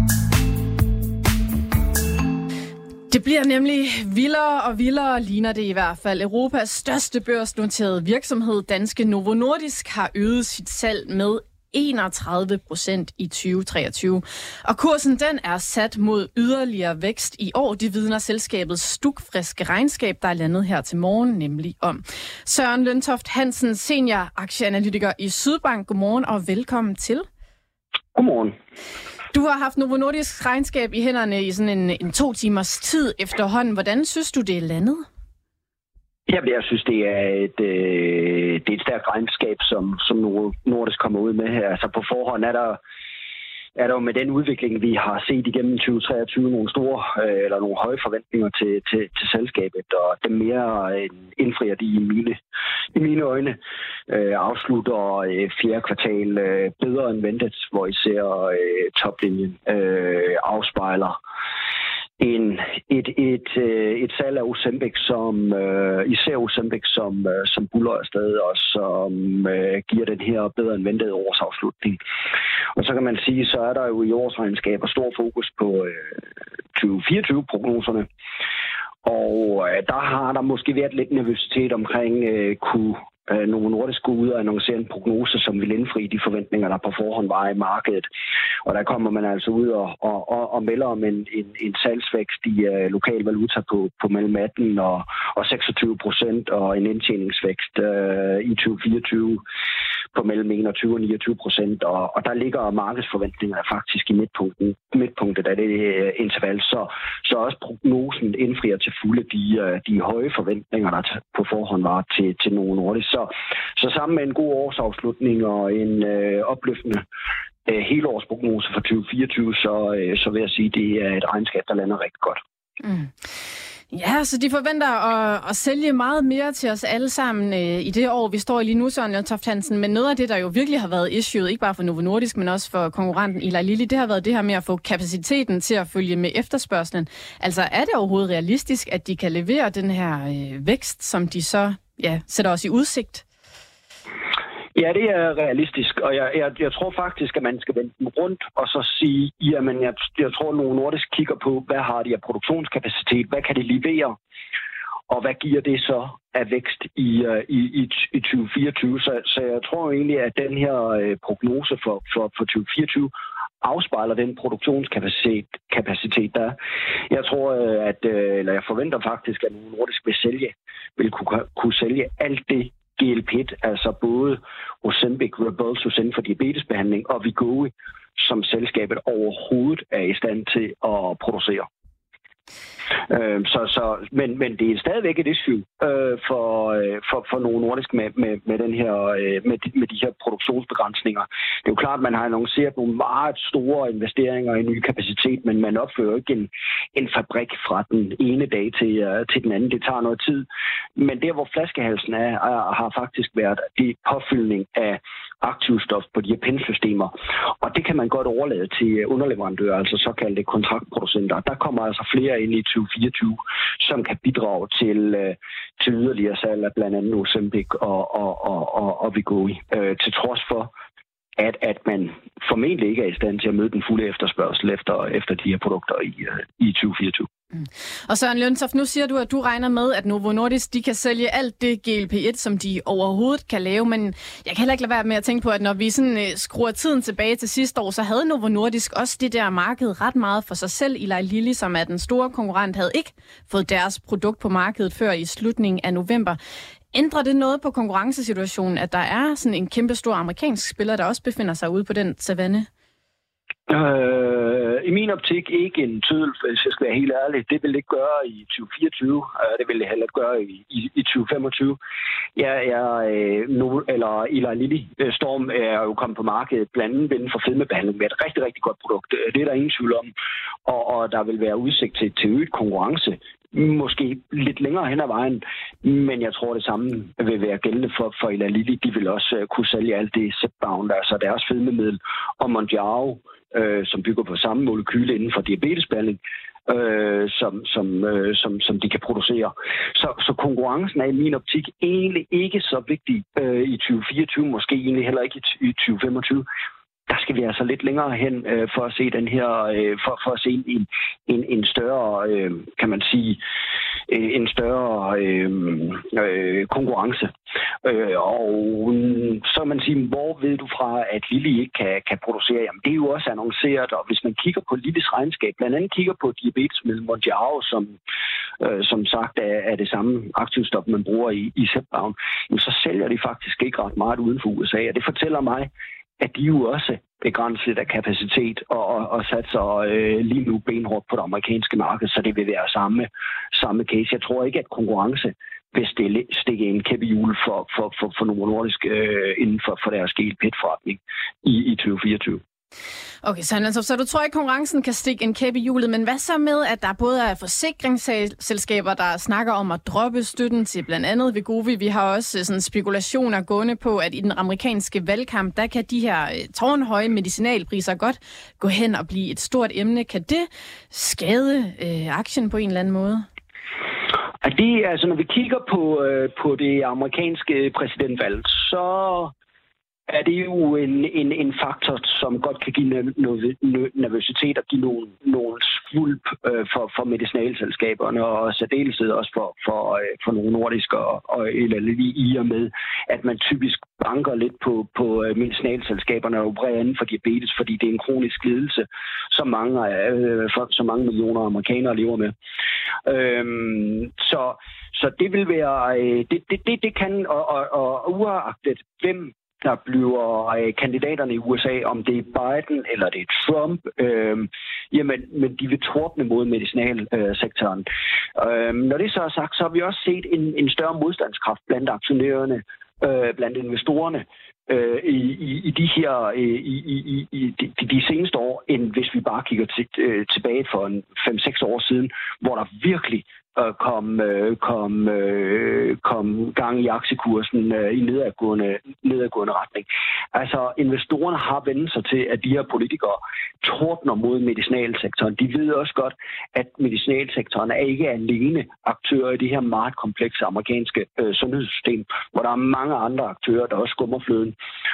Det bliver nemlig vildere og vildere, ligner det i hvert fald. Europas største børsnoterede virksomhed, danske Novo Nordisk, har øget sit salg med enogtredive procent i tyve treogtyve. Og kursen den er sat mod yderligere vækst i år. Det vidner selskabets stukfriske regnskab, der er landet her til morgen, nemlig om. Søren Løntoft Hansen, senior aktieanalytiker i Sydbank. Godmorgen og velkommen til. Godmorgen. Du har haft Novo Nordisk regnskab i hænderne i sådan en, en to timers tid efterhånden. Hvordan synes du, det er landet? Jamen, jeg synes, det er et, øh, det er et stærkt regnskab, som, som Novo Nordisk kommer ud med her. Altså på forhånd er der, er der jo med den udvikling, vi har set igennem tyve treogtyve, nogle store øh, eller nogle høje forventninger til, til, til selskabet, og dem mere øh, indfrier de i mine, i mine øjne. Øh, afslutter øh, fjerde kvartal øh, bedre end ventet, hvor især øh, toplinjen øh, afspejler En, et, et, et salg af Ozempic, som øh, især Ozempic, som, øh, som buller afsted, og som øh, giver den her bedre end ventet årsafslutning. Og så kan man sige, så er der jo i årsregnskaber stor fokus på øh, tyve fireogtyve-prognoserne. Og øh, der har der måske været lidt nervøsitet omkring, øh, kunne Novo Nordisk gå ud og annoncere en prognose, som vil indfri de forventninger, der på forhånd var i markedet. Og der kommer man altså ud og, og, og, og melder om en, en, en salgsvækst i uh, lokal valuta på, på mellem atten og, og seksogtyve procent, og en indtjeningsvækst uh, i tyve fireogtyve på mellem enogtyve og niogtyve procent. Og, og der ligger markedsforventninger faktisk i midtpunkten, midtpunktet af det uh, interval. Så, så også prognosen indfrier til fulde de, uh, de høje forventninger, der t- på forhånd var til, til Novo Nordisk. Så, så sammen med en god årsafslutning og en øh, opløftende øh, helårsprognose for tyve fireogtyve, så, øh, så vil jeg sige, at det er et regnskab, der lander rigtig godt. Mm. Ja, så de forventer at, at sælge meget mere til os alle sammen øh, i det år, vi står i lige nu, Søren Løntoft Hansen. Men noget af det, der jo virkelig har været issueet, ikke bare for Novo Nordisk, men også for konkurrenten Eli Lilly, det har været det her med at få kapaciteten til at følge med efterspørgslen. Altså er det overhovedet realistisk, at de kan levere den her øh, vækst, som de så ja, sætter os i udsigt? Ja, det er realistisk, og jeg, jeg, jeg tror faktisk, at man skal vende den rundt og så sige, jamen jeg, jeg tror, at Novo Nordisk kigger på, hvad har de af produktionskapacitet, hvad kan de levere, og hvad giver det så af vækst i, i, i, i tyve fireogtyve. Så, så jeg tror egentlig, at den her øh, prognose for, for, for tyve fireogtyve afspejler den produktionskapacitet, kapacitet, der er. Jeg tror, at, eller jeg forventer faktisk, at Novo Nordisk vil sælge, vil kunne, kunne sælge alt det G L P et, altså både Ozempic, Rybelsus for diabetesbehandling og Wegovy, som selskabet overhovedet er i stand til at producere. Øh, så, så, men, men det er stadigvæk et issue øh, for, øh, for, for Novo Nordisk med, med, med, den her, øh, med, de, med de her produktionsbegrænsninger. Det er jo klart, at man har annonceret nogle meget store investeringer i ny kapacitet, men man opfører ikke en, en fabrik fra den ene dag til, øh, til den anden. Det tager noget tid. Men der, hvor flaskehalsen er, er har faktisk været det påfyldning af aktivstof på de her pensystemer. Og det kan man godt overlade til underleverandører, altså såkaldte kontraktproducenter. Der kommer altså flere ind i tyve fireogtyve, som kan bidrage til, øh, til yderligere salg af blandt andet Ozempic og, og, og, og, og Wegovy. Øh, til trods for, at, at man formentlig ikke er i stand til at møde den fulde efterspørgsel efter, efter de her produkter i, i tyve fireogtyve. Mm. Og Søren Løntoft, nu siger du, at du regner med, at Novo Nordisk de kan sælge alt det G L P et, som de overhovedet kan lave, men jeg kan heller ikke lade være med at tænke på, at når vi sådan, uh, skruer tiden tilbage til sidste år, så havde Novo Nordisk også det der marked ret meget for sig selv. Eli Lilly, som er den store konkurrent, havde ikke fået deres produkt på markedet før i slutningen af november. Ændrer det noget på konkurrencesituationen, at der er sådan en kæmpe stor amerikansk spiller, der også befinder sig ude på den savanne? Øh, I min optik ikke en tydel, hvis jeg skal være helt ærlig. Det vil det ikke gøre i tyve fireogtyve. Øh, det vil det heller ikke gøre i, i, i tyve femogtyve. Ja, jeg, nu, eller Eli Lilly Storm er jo kommet på markedet blandt andet inden for fedmebehandling med et rigtig, rigtig godt produkt. Det er der ingen tvivl om. Og, og der vil være udsigt til, til øget konkurrence. Måske lidt længere hen ad vejen, men jeg tror, det samme vil være gældende for, for Eli Lilly. De vil også uh, kunne sælge alt det Zepbound, altså deres fedmemiddel, og Mounjaro, øh, som bygger på samme molekyle inden for diabetesbehandling, øh, som, som, øh, som, som de kan producere. Så, så konkurrencen er i min optik egentlig ikke så vigtig øh, i tyve fireogtyve, måske egentlig heller ikke i tyve femogtyve. Der skal vi altså lidt længere hen øh, for at se den her, øh, for, for at se en, en, en større, øh, kan man sige, øh, en større øh, øh, konkurrence. Øh, og så kan man sige, hvor ved du fra, at Lilly ikke kan, kan producere? Jamen, det er jo også annonceret, og hvis man kigger på Lillys regnskab, blandt andet kigger på diabetesmiddel Mounjaro, som, øh, som sagt er, er det samme aktivstof, man bruger i, i Zepbound, så sælger de faktisk ikke ret meget uden for U S A, og det fortæller mig, at de jo også begrænset af kapacitet og, og, og satser øh, lige nu benhårdt på det amerikanske marked, så det vil være samme, samme case. Jeg tror ikke, at konkurrence vil stille, stikke en kæppe i hjul for, for, for, for Novo Nordisk øh, inden for, for deres G L P et forretning i, i tyve fireogtyve. Okay, så, altså, så du tror ikke, konkurrencen kan stikke en kæp i hjulet, men hvad så med, at der både er forsikringsselskaber, der snakker om at droppe støtten til blandt andet Wegovy. Vi har også sådan spekulationer gående på, at i den amerikanske valgkamp, der kan de her tårnhøje medicinalpriser godt gå hen og blive et stort emne. Kan det skade øh, aktien på en eller anden måde? Det, altså, når vi kigger på, øh, på det amerikanske præsidentvalg, så er det jo en, en, en faktor, som godt kan give noget nervøsitet og give nogle, nogle skvulp øh, for, for medicinalselskaberne, og særdeleshed også for, for, øh, for nogle nordiske, og, og eller lige i og med, at man typisk banker lidt på, på medicinalselskaberne og opererer inden for diabetes, fordi det er en kronisk lidelse, som mange, øh, for, så mange millioner amerikanere lever med. Øhm, så, så det vil være, øh, det, det, det, det kan, og, og, og uagtet hvem der bliver øh, kandidaterne i U S A, om det er Biden eller det er Trump, øh, jamen, men de vil tordne mod medicinalsektoren. Øh, når det så er sagt, så har vi også set en, en større modstandskraft blandt aktionærerne, øh, blandt investorerne, øh, i, i, i de her øh, i, i, i de, de seneste år, end hvis vi bare kigger til, øh, tilbage for fem seks år siden, hvor der virkelig kom, kom, kom gang i aktiekursen i nedadgående, nedadgående retning. Altså, investorerne har vendt sig til, at de her politikere tordner mod medicinalsektoren. De ved også godt, at medicinalsektoren er ikke alene aktører i det her meget komplekse amerikanske øh, sundhedssystem, hvor der er mange andre aktører, der også skummer fløden.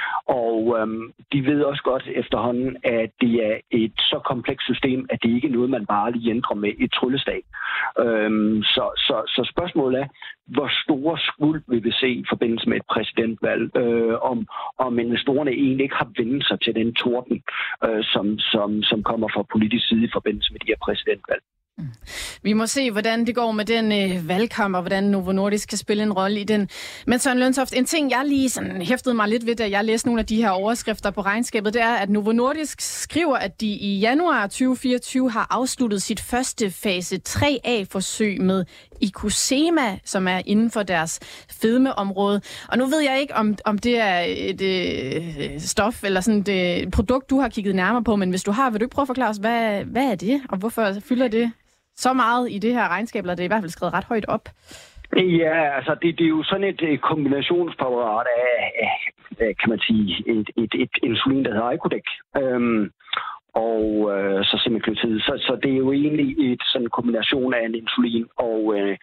Og øhm, de ved også godt efterhånden, at det er et så komplekst system, at det ikke er noget, man bare lige ændrer med et trylleslag. Øhm, Så, så, så spørgsmålet er, hvor store skuld vi vil se i forbindelse med et præsidentvalg, øh, om, om investorerne egentlig ikke har vendt sig til den torden, øh, som, som, som kommer fra politisk side i forbindelse med de her præsidentvalg. Mm. Vi må se, hvordan det går med den øh, valgkamp, og hvordan Novo Nordisk kan spille en rolle i den. Men Søren Løntoft, en ting, jeg lige sådan hæftede mig lidt ved, da jeg læste nogle af de her overskrifter på regnskabet, det er, at Novo Nordisk skriver, at de i januar tyve fireogtyve har afsluttet sit første fase tre A-forsøg med Icosema, som er inden for deres fedmeområde. Og nu ved jeg ikke, om, om det er et øh, stof eller sådan et produkt, du har kigget nærmere på, men hvis du har, vil du ikke prøve at forklare os, hvad, hvad er det, og hvorfor fylder det så meget i det her regnskab, eller det er i hvert fald skrevet ret højt op? Ja, altså det, det er jo sådan et, et kombinationspræparat af, af, kan man sige, et, et, et insulin, der hedder Icodec, øhm, og øh, så semaglutid. Så, så det er jo egentlig et sådan en kombination af en insulin og, øh,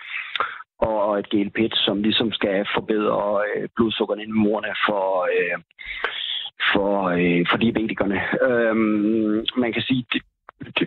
og et G L P et, som ligesom skal forbedre øh, blodsukkerne i morerne for, øh, for, øh, for diabetikerne. Øhm, man kan sige, det, det,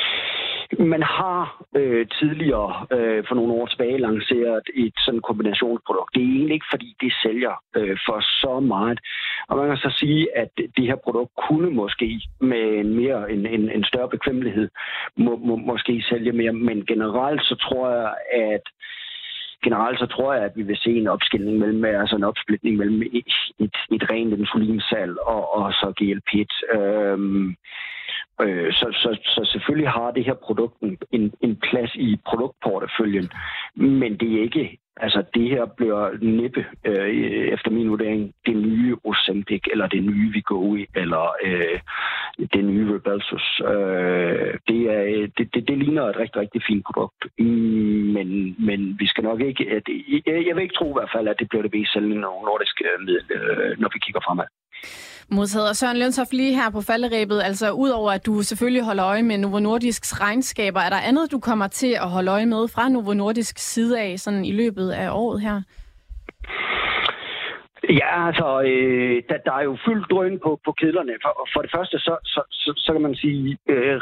man har øh, tidligere øh, for nogle år tilbage lanceret et sådan kombinationsprodukt. Det er egentlig ikke, fordi det sælger øh, for så meget. Og man kan så sige, at det her produkt kunne måske med en mere en, en, en større bekvemmelighed må, må, måske sælge mere. Men generelt så tror jeg, at Generelt så tror jeg, at vi vil se en opskilning mellem, altså en opsplitning mellem et, et, et rent insulinsalg og, og så G L P et. Øhm, øh, så, så, så selvfølgelig har det her produkt en, en plads i produktporteføljen, men det er ikke, altså det her bliver næppe, øh, efter min vurdering, det nye Ozempic, eller det nye Wegovy, eller øh, det nye Rybelsus. Øh, det, er, det, det, det ligner et rigtig, rigtig fint produkt, men, men vi skal nok ikke, at, jeg, jeg vil ikke tro i hvert fald, at det bliver det bedst sælgende nordiske middel, øh, når vi kigger fremad. Modtaget. Og Søren Løntoft, lige her på falderebet, altså udover at du selvfølgelig holder øje med Novo Nordisks regnskaber, er der andet, du kommer til at holde øje med fra Novo Nordisks side af, sådan i løbet af året her? Ja, altså, øh, der, der er jo fyldt drøn på, på kedlerne. For, for det første, så, så, så, så kan man sige, øh,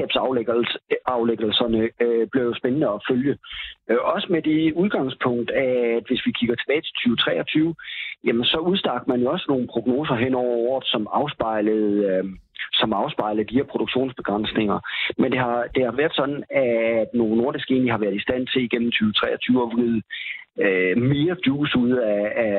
regnskabsaflæggelserne øh, bliver jo spændende at følge. Øh, også med det udgangspunkt, at hvis vi kigger tilbage til tyve treogtyve, jamen så udstak man jo også nogle prognoser hen over året, som afspejlede... Øh, som afspejler de her produktionsbegrænsninger. Men det har, det har været sådan, at Novo Nordisk egentlig har været i stand til igennem tyve treogtyve at vride øh, mere juice ud af, af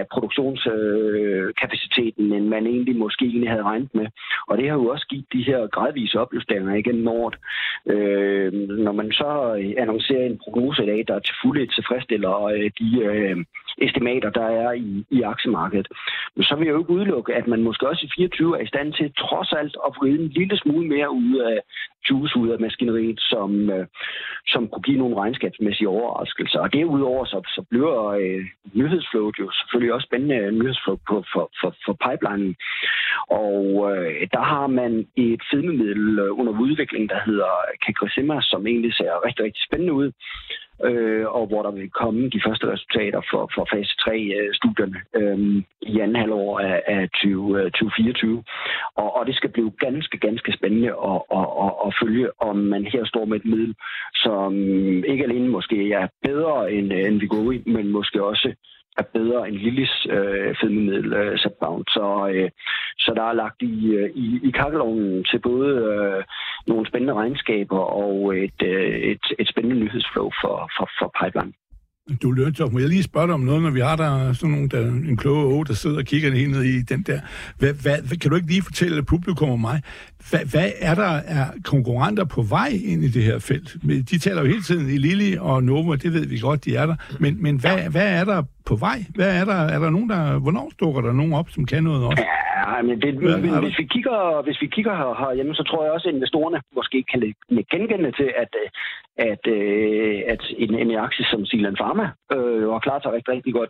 produktionskapaciteten, øh, end man egentlig måske egentlig havde regnet med. Og det har jo også givet de her gradvise opjusteringer igennem året. Øh, når man så annoncerer en prognose i dag, der til fulde tilfredsstiller øh, de øh, estimater, der er i, i aktiemarkedet, men så vil jeg jo ikke udelukke, at man måske også i fireogtyve er i stand til trods alt at vride en lille smule mere ud af juice ud af maskineriet, som, øh, som kunne give nogle regnskabsmæssige overraskelser. Og derudover så, så bliver øh, nyhedsflowet jo selvfølgelig også spændende nyhedsflow på, for, for, for pipelinen. Og øh, der har man et fedmemiddel under udvikling, der hedder CagriSema, som egentlig ser rigtig, rigtig spændende ud. Øh, og hvor der vil komme de første resultater for, for fase tre-studierne øh, i anden halvår af, af tyve fireogtyve. Og, og det skal blive ganske, ganske spændende at, at, at, at følge, om man her står med et middel, som ikke alene måske er bedre end, end Wegovy, men måske også er bedre end Lillys øh, fedmemiddel øh, Zepbound. Så, øh, så der er lagt i, i, i kakkelovnen til både øh, nogle spændende regnskaber og et, øh, et, et spændende nyhedsflow for, for, for pipeline. Du Lørntoft, må jeg lige spørge dig om noget, når vi har der sådan nogle, der, en kloge åge, der sidder og kigger helt ned i den der. Hvad, hvad, kan du ikke lige fortælle publikum og mig, hvad, hvad er der af konkurrenter på vej ind i det her felt? De taler jo hele tiden i Lilly og Novo, det ved vi godt, de er der. Men, men hvad, hvad er der på vej? Hvad er der? Er der nogen, der... Hvornår dukker der nogen op, som kan noget også? Ja, men, det, men hvis, vi kigger, hvis vi kigger her, herhjemme, så tror jeg også, at investorerne måske kan genkende til, at, at, at en, en aktie som Zealand Pharma øh, har klaret sig rigtig, rigtig godt.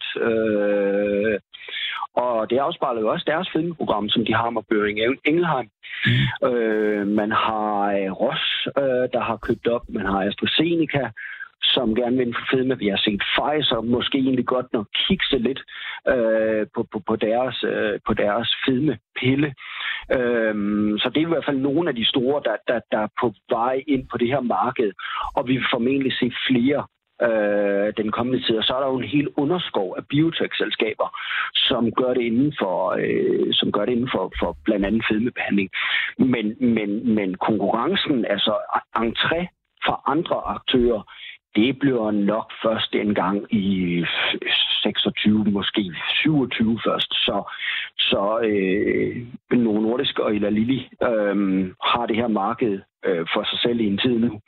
Øh, og det afspejler jo også deres filmprogram, som de har med Boehringer Ingelheim. Mm. Øh, man har Roche, øh, der har købt op. Man har AstraZeneca, som gerne vil for fedme. Vi har set Pfizer måske egentlig godt nok kigge lidt øh, på, på, på deres, øh, på deres fedmepille. Øhm, så det er i hvert fald nogle af de store, der, der, der er på vej ind på det her marked. Og vi vil formentlig se flere øh, den kommende tid. Og så er der jo en hel underskov af biotech-selskaber, som gør det inden for, øh, som gør det inden for, for blandt andet fedmebehandling. Men, men, men konkurrencen, altså entré fra andre aktører, det bliver nok først en gang i seksogtyve, måske syvogtyve først. Så, så øh, Novo Nordisk og Eli Lilly øh, har det her marked øh, for sig selv i en tid nu.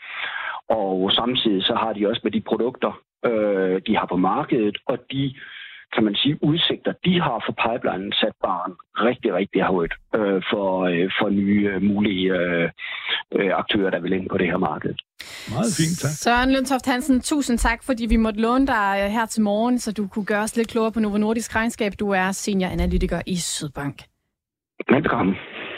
Og samtidig så har de også med de produkter, øh, de har på markedet, og de, kan man sige, udsigter, de har for pipelinen sat barn rigtig, rigtig højt øh, for, øh, for nye øh, mulige øh, øh, aktører, der vil ind på det her marked. Meget fint, tak. Søren Lundtoft Hansen, tusind tak, fordi vi måtte låne dig her til morgen, så du kunne gøre os lidt klogere på Novo Nordisk regnskab. Du er senioranalytiker i Sydbank. Velkommen.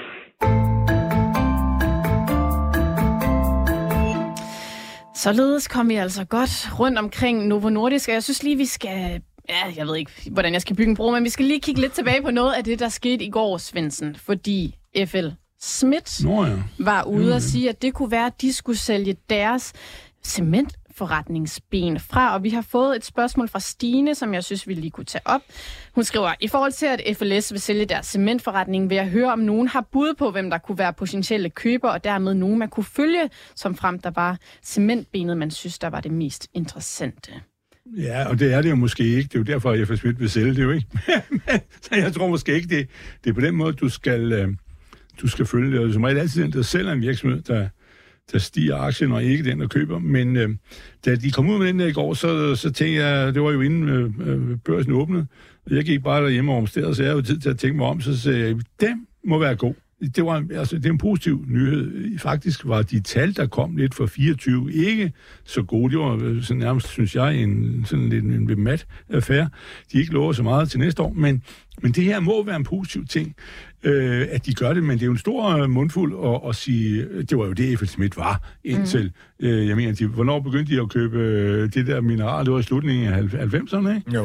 Således kom vi altså godt rundt omkring Novo Nordisk, og jeg synes lige, vi skal... Ja, jeg ved ikke, hvordan jeg skal bygge en bro, men vi skal lige kigge lidt tilbage på noget af det, der skete i går, Svendsen, fordi F L Schmidt Nå ja. var ude og sige, at det kunne være, at de skulle sælge deres cementforretningsben fra, og vi har fået et spørgsmål fra Stine, som jeg synes, vi lige kunne tage op. Hun skriver, i forhold til, at F L S vil sælge deres cementforretning, vil jeg høre, om nogen har bud på, hvem der kunne være potentielle køber, og dermed nogen, man kunne følge, som frem der var cementbenet, man synes, der var det mest interessante. Ja, og det er det jo måske ikke. Det er jo derfor, at F L Schmidt vil sælge det jo ikke. Så jeg tror måske ikke, det, det er på den måde, du skal, du skal følge det. Og som regel altid den, der sælger en virksomhed, der, der stiger aktien, og ikke den, der køber. Men øh, da de kom ud med den der i går, så, så tænkte jeg, det var jo inden øh, børsen åbnede, og jeg gik bare derhjemme og omsteder, så jeg havde jo tid til at tænke mig om, så sagde jeg, den må være god. Det var altså, det er en positiv nyhed. Faktisk var de tal, der kom lidt for fireogtyve, ikke så gode. Det var sådan nærmest, synes jeg, en sådan lidt en bemat affære. De ikke lover så meget til næste år, men, men det her må være en positiv ting, øh, at de gør det. Men det er jo en stor mundfuld at, at sige, det var jo det, F L Schmidt var indtil. Mm. Øh, jeg mener, de, hvornår begyndte de at købe det der mineral? Det var i slutningen af halvfemserne, ikke? Jo.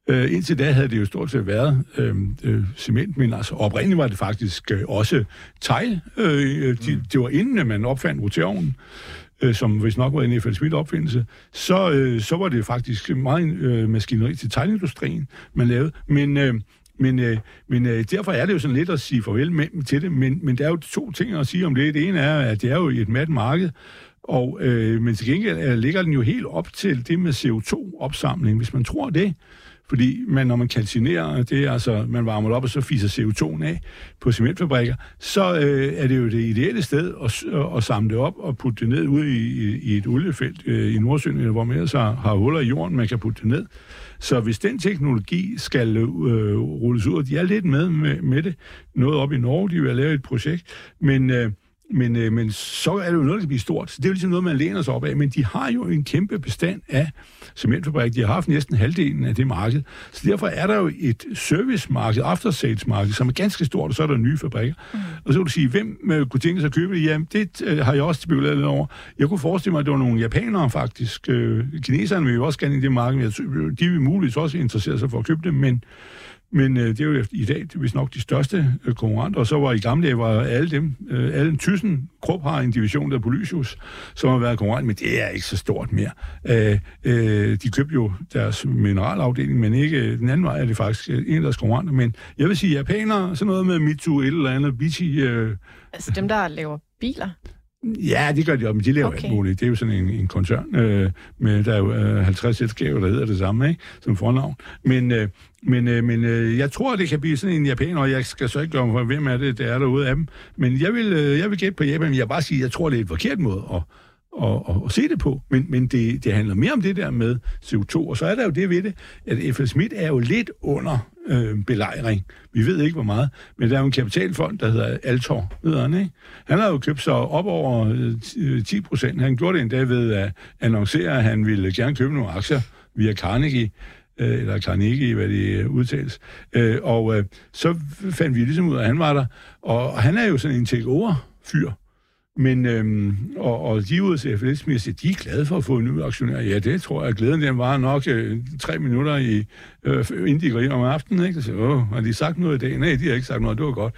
Øh, indtil da havde det jo stort set været øh, øh, cement, men altså oprindeligt var det faktisk øh, også tegl. Øh, de, det var inden, at man opfandt roterovnen, øh, som hvis nok var en F L Smith opfindelse, så, øh, så var det faktisk meget øh, maskineri til teglindustrien, man lavede. Men, øh, men, øh, men øh, derfor er det jo sådan lidt at sige farvel med, til det, men, men der er jo to ting at sige om det. Det ene er, at det er jo et mat marked, og, øh, men til gengæld ligger den jo helt op til det med C O to opsamling, hvis man tror det. Fordi man, når man kalcinerer, det er altså, man varmer det op, og så fiser C O to'en af på cementfabrikker, så øh, er det jo det ideelle sted at, at samle det op og putte det ned ude i, i et oliefelt øh, i Nordsøen, hvor man ellers har, har huller i jorden, man kan putte det ned. Så hvis den teknologi skal øh, rulles ud, og de er lidt med, med med det, noget op i Norge, de vil have lavet et projekt, men... Øh, Men, øh, men så er det jo noget, der kan blive stort. Så det er jo ligesom noget, man læner sig op af. Men de har jo en kæmpe bestand af cementfabrik. De har haft næsten halvdelen af det marked. Så derfor er der jo et servicemarked, after-sales-marked, som er ganske stort, og så er der nye fabrikker. Mm. Og så kan du sige, hvem øh, kunne tænke sig at købe det? Jamen, det øh, har jeg også spekuleret lidt over. Jeg kunne forestille mig, at det var nogle japanere faktisk. Øh, kineserne vil jo også gerne i det marked. De vil muligvis også interessere sig for at købe det, men Men øh, det er jo i dag, det er vist nok de største øh, konkurrenter, og så var i gamle dage, var alle dem, øh, alle Thyssen, Krupp har en division, der er Polysius, som har været konkurrent, men det er ikke så stort mere. Øh, øh, de købte jo deres mineralafdeling, men ikke den anden vej er det faktisk en af deres konkurrenter, men jeg vil sige, japanere, sådan noget med Mitsu, et eller andet, Bichi... Øh, altså dem, der laver biler? Ja, det gør de også, men de laver okay. alt muligt. Det er jo sådan en, en koncern, øh, med, der er jo øh, halvtreds selskaber, der hedder det samme, ikke? Som fornavn. Men, øh, men, øh, men øh, jeg tror, det kan blive sådan en japaner, og jeg skal så ikke gøre mig, hvem er det, der er derude af dem. Men jeg vil, øh, jeg vil gætte på Japan, men jeg vil bare sige, at jeg tror, det er et forkert måde at, at, at, at se det på. Men, men det, det handler mere om det der med C O to, og så er der jo det ved det, at F L Smith er jo lidt under øh, belejring. Vi ved ikke, hvor meget, men der er jo en kapitalfond, der hedder Altor, hedder han, ikke? Han har jo købt sig op over øh, ti procent. Han gjorde det endda ved at annoncere, at han ville gerne købe nogle aktier via Carnegie, øh, eller Carnegie, hvad det udtales. Øh, og øh, så fandt vi ligesom ud af, at han var der. Og han er jo sådan en take-over-fyr. Men, øhm, og, og de ude til F L Smith, de er glade for at få en ny aktionær. Ja, det tror jeg. Glæden den var nok øh, tre minutter i, øh, inden de går hjem om aftenen. Ikke? Så siger, åh, har de sagt noget i dag? Nej, de har ikke sagt noget. Det var godt.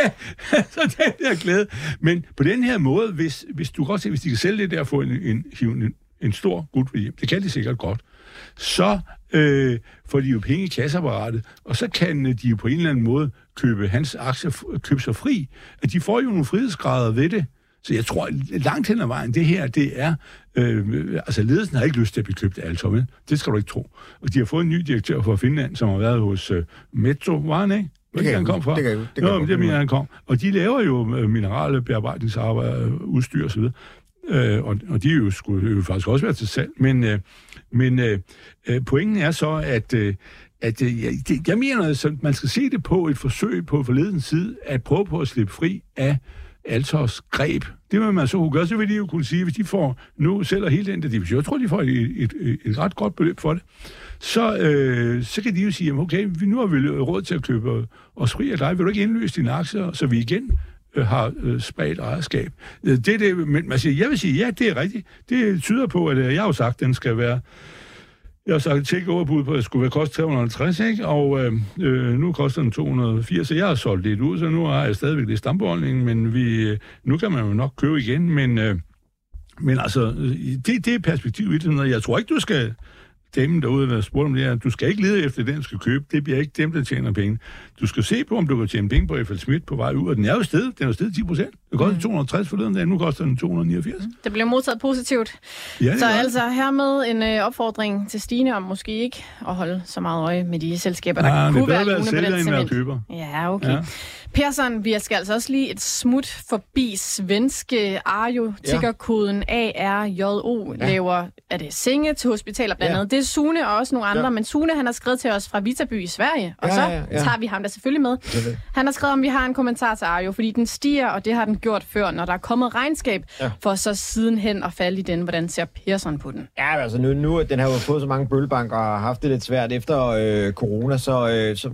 Så den der glæde. Men på den her måde, hvis, hvis du godt se, hvis de kan sælge det der og få en, en, en, en stor gut hjem, det kan de sikkert godt, så øh, får de jo penge i kasseapparatet, og så kan de jo på en eller anden måde købe hans aktier, købe sig fri. At de får jo nogle frihedsgrader ved det. Så jeg tror, langt hen ad vejen, det her, det er... Øh, altså, ledelsen har ikke lyst til at blive købt af Altor, vel? Det skal du ikke tro. Og de har fået en ny direktør fra Finland, som har været hos øh, Metso, var han, ikke? Det kan han kom fra. Det kan jeg, det Nå, men det mener han kom. Og de laver jo mineralbearbejdningsarbejde, udstyr og så videre. Øh, og, og de jo skulle jo faktisk også være til salg. Men, øh, men øh, pointen er så, at... Øh, at øh, jeg, det, jeg mener, at man skal se det på et forsøg på forledens side, at prøve på at slippe fri af Altors greb. Det vil man så kunne gøre, så vil de jo kunne sige, hvis de får nu sælger hele den der division, jeg tror, de får et, et, et, et ret godt beløb for det, så, øh, så kan de jo sige, okay, nu har vi råd til at købe os fri af dig, vil du ikke indløse dine aktier, så vi igen øh, har øh, spredt ejerskab. Det er det, men man siger, jeg vil sige, ja, det er rigtigt. Det tyder på, at jeg har jo sagt, at den skal være Jeg har sagt, tjek overbud på, at det skulle være kost tre hundrede og halvtreds, ikke? Og øh, nu koster den to hundrede og firs, så jeg har solgt lidt ud, så nu har jeg stadigvæk lidt stambeholdning, men vi, nu kan man jo nok købe igen, men, øh, men altså, det, det er perspektiv i det, og jeg tror ikke, du skal, dem derude, der spurgte om det her, du skal ikke lede efter den, du skal købe, det bliver ikke dem, der tjener penge. Du skal se på, om du kan tjene penge på F L Smith på vej ud, og den er jo stedet, den er jo stedet ti procent. Det koster mm. to hundrede og tres forleden dag, nu koster den to hundrede og niogfirs. Det bliver modtaget positivt. Ja, så altså hermed en øh, opfordring til Stine om måske ikke at holde så meget øje med de selskaber, der ja, kunne være lune på den cement. Køber. Ja, okay. Ja. Persson, vi skal altså også lige et smut forbi svenske Arjo. Tiggerkoden A R J O ja. laver, er det senge til hospitaler blandt andet. Ja. Det er Sune og også nogle andre, ja. men Sune han har skrevet til os fra Vitaby i Sverige, og ja, så ja, ja. tager vi ham da selvfølgelig med. Ja, han har skrevet, om vi har en kommentar til Arjo, fordi den stiger, og det har den gjort før, når der er kommet regnskab, ja. for så sidenhen at falde i den. Hvordan ser Persson på den? Ja, altså nu, nu den har jo fået så mange bøllebanker og har haft det lidt svært efter øh, corona, så, øh, så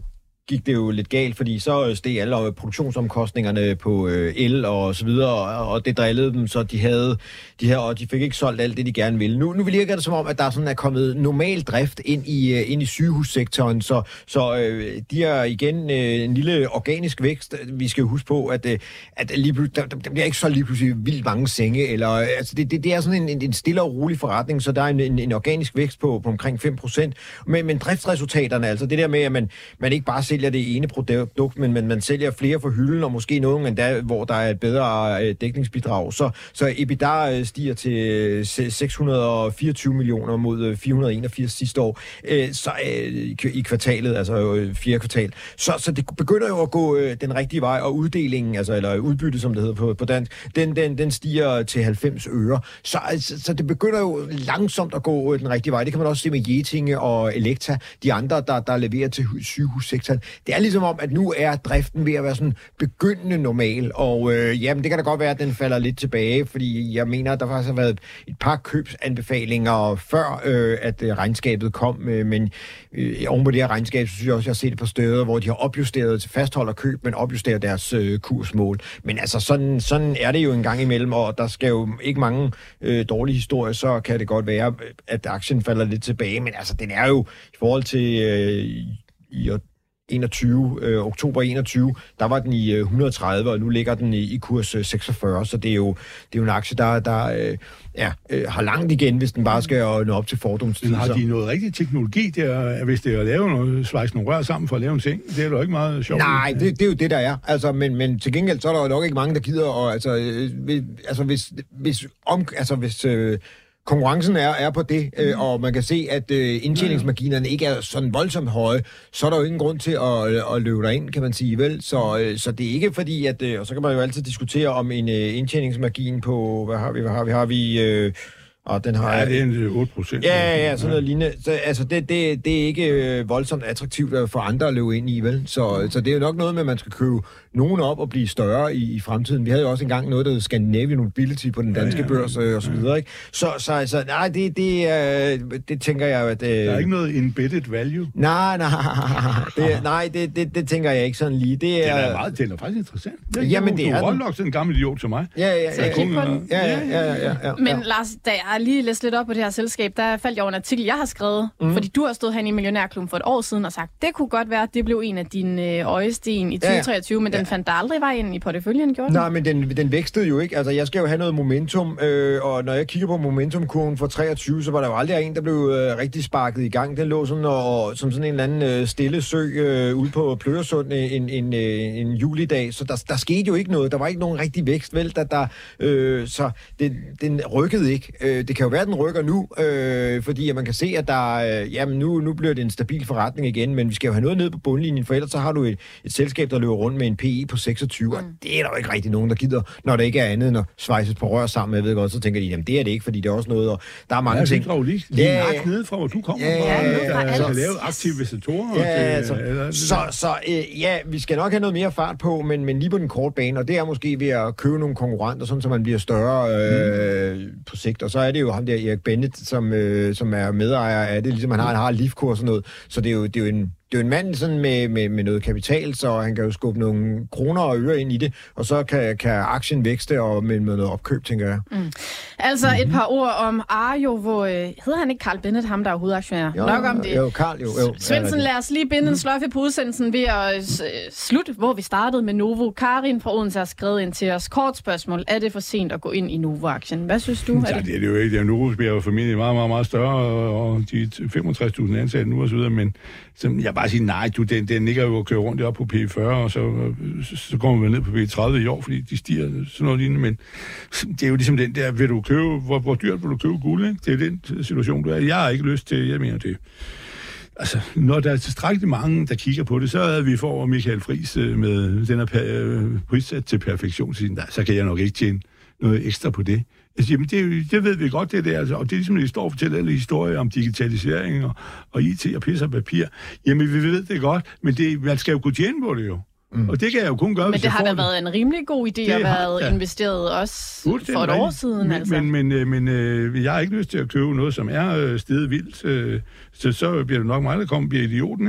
gik det jo lidt galt, fordi så steg alle produktionsomkostningerne på øh, el og så videre, og, og det drillede dem, så de havde de her, og de fik ikke solgt alt det, de gerne ville. Nu, nu virker det som om, at der sådan er kommet normal drift ind i, uh, ind i sygehussektoren, så, så øh, de er igen øh, en lille organisk vækst. Vi skal jo huske på, at, øh, at lige der, der bliver ikke så lige pludselig vildt mange senge, eller altså det, det, det er sådan en, en stille og rolig forretning, så der er en, en, en organisk vækst på, på omkring fem procent. Men, men driftsresultaterne, altså det der med, at man, man ikke bare sælger det ene produkt, men man, man sælger flere for hylden, og måske nogen endda, hvor der er et bedre øh, dækningsbidrag. Så, så EBITDA øh, stiger til seks hundrede og fireogtyve millioner mod fire hundrede og enogfirs sidste år, øh, så, øh, i kvartalet, altså øh, fjerde kvartal. Så, så det begynder jo at gå øh, den rigtige vej, og uddelingen, altså, eller udbytte, som det hedder på, på dansk, den, den, den stiger til halvfems øre. Så, altså, så det begynder jo langsomt at gå øh, den rigtige vej. Det kan man også se med Getinge og Elekta, de andre, der, der leverer til sygehussektoren. Det er ligesom om, at nu er driften ved at være sådan begyndende normal, og øh, jamen, det kan da godt være, at den falder lidt tilbage, fordi jeg mener, at der faktisk har været et par købsanbefalinger før, øh, at øh, regnskabet kom, øh, men øh, oven på det her regnskab, så synes jeg også, at jeg har set et par steder, hvor de har opjusteret til fastholder køb, men opjusterer deres øh, kursmål. Men altså, sådan, sådan er det jo en gang imellem, og der skal jo ikke mange øh, dårlige historier, så kan det godt være, at aktien falder lidt tilbage, men altså, den er jo i forhold til øh, i enogtyve, øh, oktober enogtyve, der var den i øh, et hundrede og tredive, og nu ligger den i, i kurs øh, seksogfyrre, så det er jo, det er jo en aktie, der, der øh, ja, øh, har langt igen, hvis den bare skal nå op til fordomstid. Men har de noget rigtig teknologi der, hvis det er at lave noget, svejse nogle rør sammen for at lave en ting? Det er jo ikke meget sjovt. Nej, det, det er jo det, der er. Altså, men, men til gengæld, så er der jo nok ikke mange, der gider, og altså, øh, hvis, altså hvis, hvis, om, altså, hvis øh, konkurrencen er, er på det, øh, og man kan se, at øh, indtjeningsmarginerne ikke er sådan voldsomt høje, så er der jo ingen grund til at, at løbe derind, kan man sige, vel? Så, øh, så det er ikke fordi, at... Øh, og så kan man jo altid diskutere om en øh, indtjeningsmargin på... Hvad har vi? Hvad har vi? Har vi øh, og den har... Ja, det er en otte procent. Ja, ja, ja, sådan noget lignende. Så, altså, det, det, det er ikke øh, voldsomt attraktivt for andre at løbe ind i, vel? Så, så det er jo nok noget med, at man skal købe nogen op og blive større i, i fremtiden. Vi havde jo også engang noget, der hed Scandinavian Mobility på den danske ja, ja, børs øh, og så videre, ikke? Så, så altså, nej, det, det, øh, det tænker jeg, at... Øh, der er ikke noget embedded value? Nej, nej, det, nej, det, det, det tænker jeg ikke sådan lige. Det er, det er meget, det er faktisk interessant. Jeg, jamen, det er du er sådan en gammel idiot til mig. Ja, ja, ja. Så ja, ja, ja, ja, ja, ja. Men Lars, da jeg lige læste lidt op på det her selskab, der faldt jeg over en artikel, jeg har skrevet, mm. fordi du har stået herinde i Millionærklubben for et år siden og sagt, det kunne godt være, at det blev en af dine øjesten i tyve treogtyve, ja, ja. Men den ja. fandt der aldrig vej ind i porteføljen, gjorde den? Nej, men den, den vækstede jo ikke. Altså, jeg skal jo have noget momentum, øh, og når jeg kigger på momentumkurven for treogtyve, så var der jo aldrig en, der blev øh, rigtig sparket i gang. Den lå sådan og, som sådan en eller anden øh, stille sø øh, ude på Pløresund en, en, øh, en julidag, så der, der skete jo ikke noget. Der var ikke nogen rigtig vækst, vel? Der, der, øh, så det, den rykkede ikke. Øh, det kan jo være, at den rykker nu, øh, fordi at man kan se, at der, øh, jamen nu, nu bliver det en stabil forretning igen, men vi skal jo have noget ned på bundlinjen, for ellers så har du et, et selskab, der løber rundt med en P E på seksogtyve, mm. og det er der jo ikke rigtig nogen, der gider, når der ikke er andet end at svejse på rør sammen. Jeg ved godt, så tænker de, jamen det er det ikke, fordi det er også noget, og der er mange ja, ting. Hydraulik. Det er nok nede fra, hvor du kommer ja, fra. Ja, der er altså, lavet aktive visitorer. Ja, altså, eller, så, så øh, ja, vi skal nok have noget mere fart på, men, men lige på den korte bane, og det er måske ved at købe nogle konkurrenter, sådan så man bliver større øh, mm. på sigt. Og så er det jo ham der Erik Bennett, som, øh, som er medejer af det, ligesom han har, han har en livkurs og sådan noget. Så det er jo, det er jo en Det er jo en mand sådan med, med, med noget kapital, så han kan jo skubbe nogle kroner og øre ind i det, og så kan, kan aktien vækste og med, med noget opkøb, tænker jeg. Mm. Altså mm-hmm. et par ord om Arjo, hvor øh, hedder han ikke Carl Bennett, ham der er hovedaktionær? Jo, Nok om det. Jo, Carl, jo. jo. Svendsen, lad os lige binde en sløjfe på udsendelsen ved at øh, slutte, hvor vi startede med Novo. Karin fra Odense har skrevet ind til os. Kort spørgsmål. Er det for sent at gå ind i Novo-aktien? Hvad synes du? Ja, er det? det er det jo ikke. Det er Novo bliver jo formentlig meget, meget, meget større, og de femogtres tusind ansatte nu og så videre, men så jeg bare sige, nej, du, den, den ligger jo og kører rundt op på P fyrre, og så, så, så går man ned på P tredive i år, fordi de stiger sådan noget lignende, men det er jo ligesom den der, vil du købe, hvor, hvor dyrt vil du købe guld, ikke? Det er den situation, du er. Jeg har ikke lyst til, jeg mener det. Altså, når der er tilstrækkeligt mange, der kigger på det, så er vi for Michael Friis med den her prissat til perfektion, så kan jeg nok ikke tjene noget ekstra på det. Altså, jamen, det, det ved vi godt, det der, altså, og det er ligesom, at de står og fortæller alle historier om digitalisering og, og I T og pis og papir. Jamen, vi ved det godt, men det, man skal jo kunne tjene på det jo. Mm. Og det kan jeg jo kun gøre, men det har da været en rimelig god idé at være ja. investeret også for et år siden. Men, altså. men, men, men øh, jeg har ikke lyst til at købe noget, som er øh, stedet vildt. Øh, så, så bliver det nok mig, der kommer bliver idioten, ikke?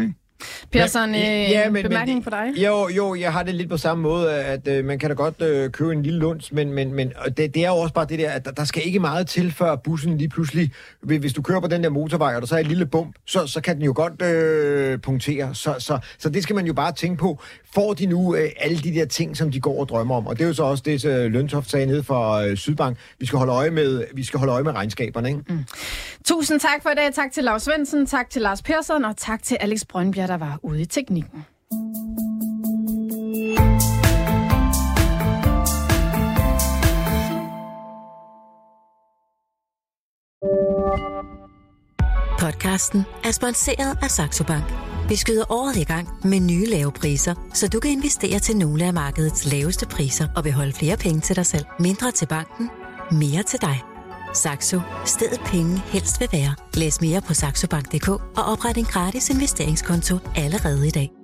Persson, Men- øh, ja, en men- bemærkning men- på dig? Jo, jo, jeg har det lidt på samme måde, at øh, man kan da godt øh, købe en lille lunds, men, men, men og det, det er jo også bare det der, at der, der skal ikke meget til, før bussen lige pludselig, hvis du kører på den der motorvej, og der så er et lille bump, så, så kan den jo godt øh, punktere. Så, så, så det skal man jo bare tænke på. Får de nu øh, alle de der ting, som de går og drømmer om? Og det er jo så også det, øh, Løntoft sagde nede fra øh, Sydbank. Vi skal holde øje med, vi skal holde øje med regnskaberne, ikke? Mm. Tusind tak for i dag. Tak til Lars Svendsen, tak til Lars Persson, og tak til Alex Brøndbjerg, der var ude i teknikken. Podcasten er sponsoreret af Saxo Bank. Vi skyder året i gang med nye lave priser, så du kan investere til nogle af markedets laveste priser og beholde flere penge til dig selv. Mindre til banken, mere til dig. Saxo. Stedet penge helst vil være. Læs mere på saxobank punktum d k og opret en gratis investeringskonto allerede i dag.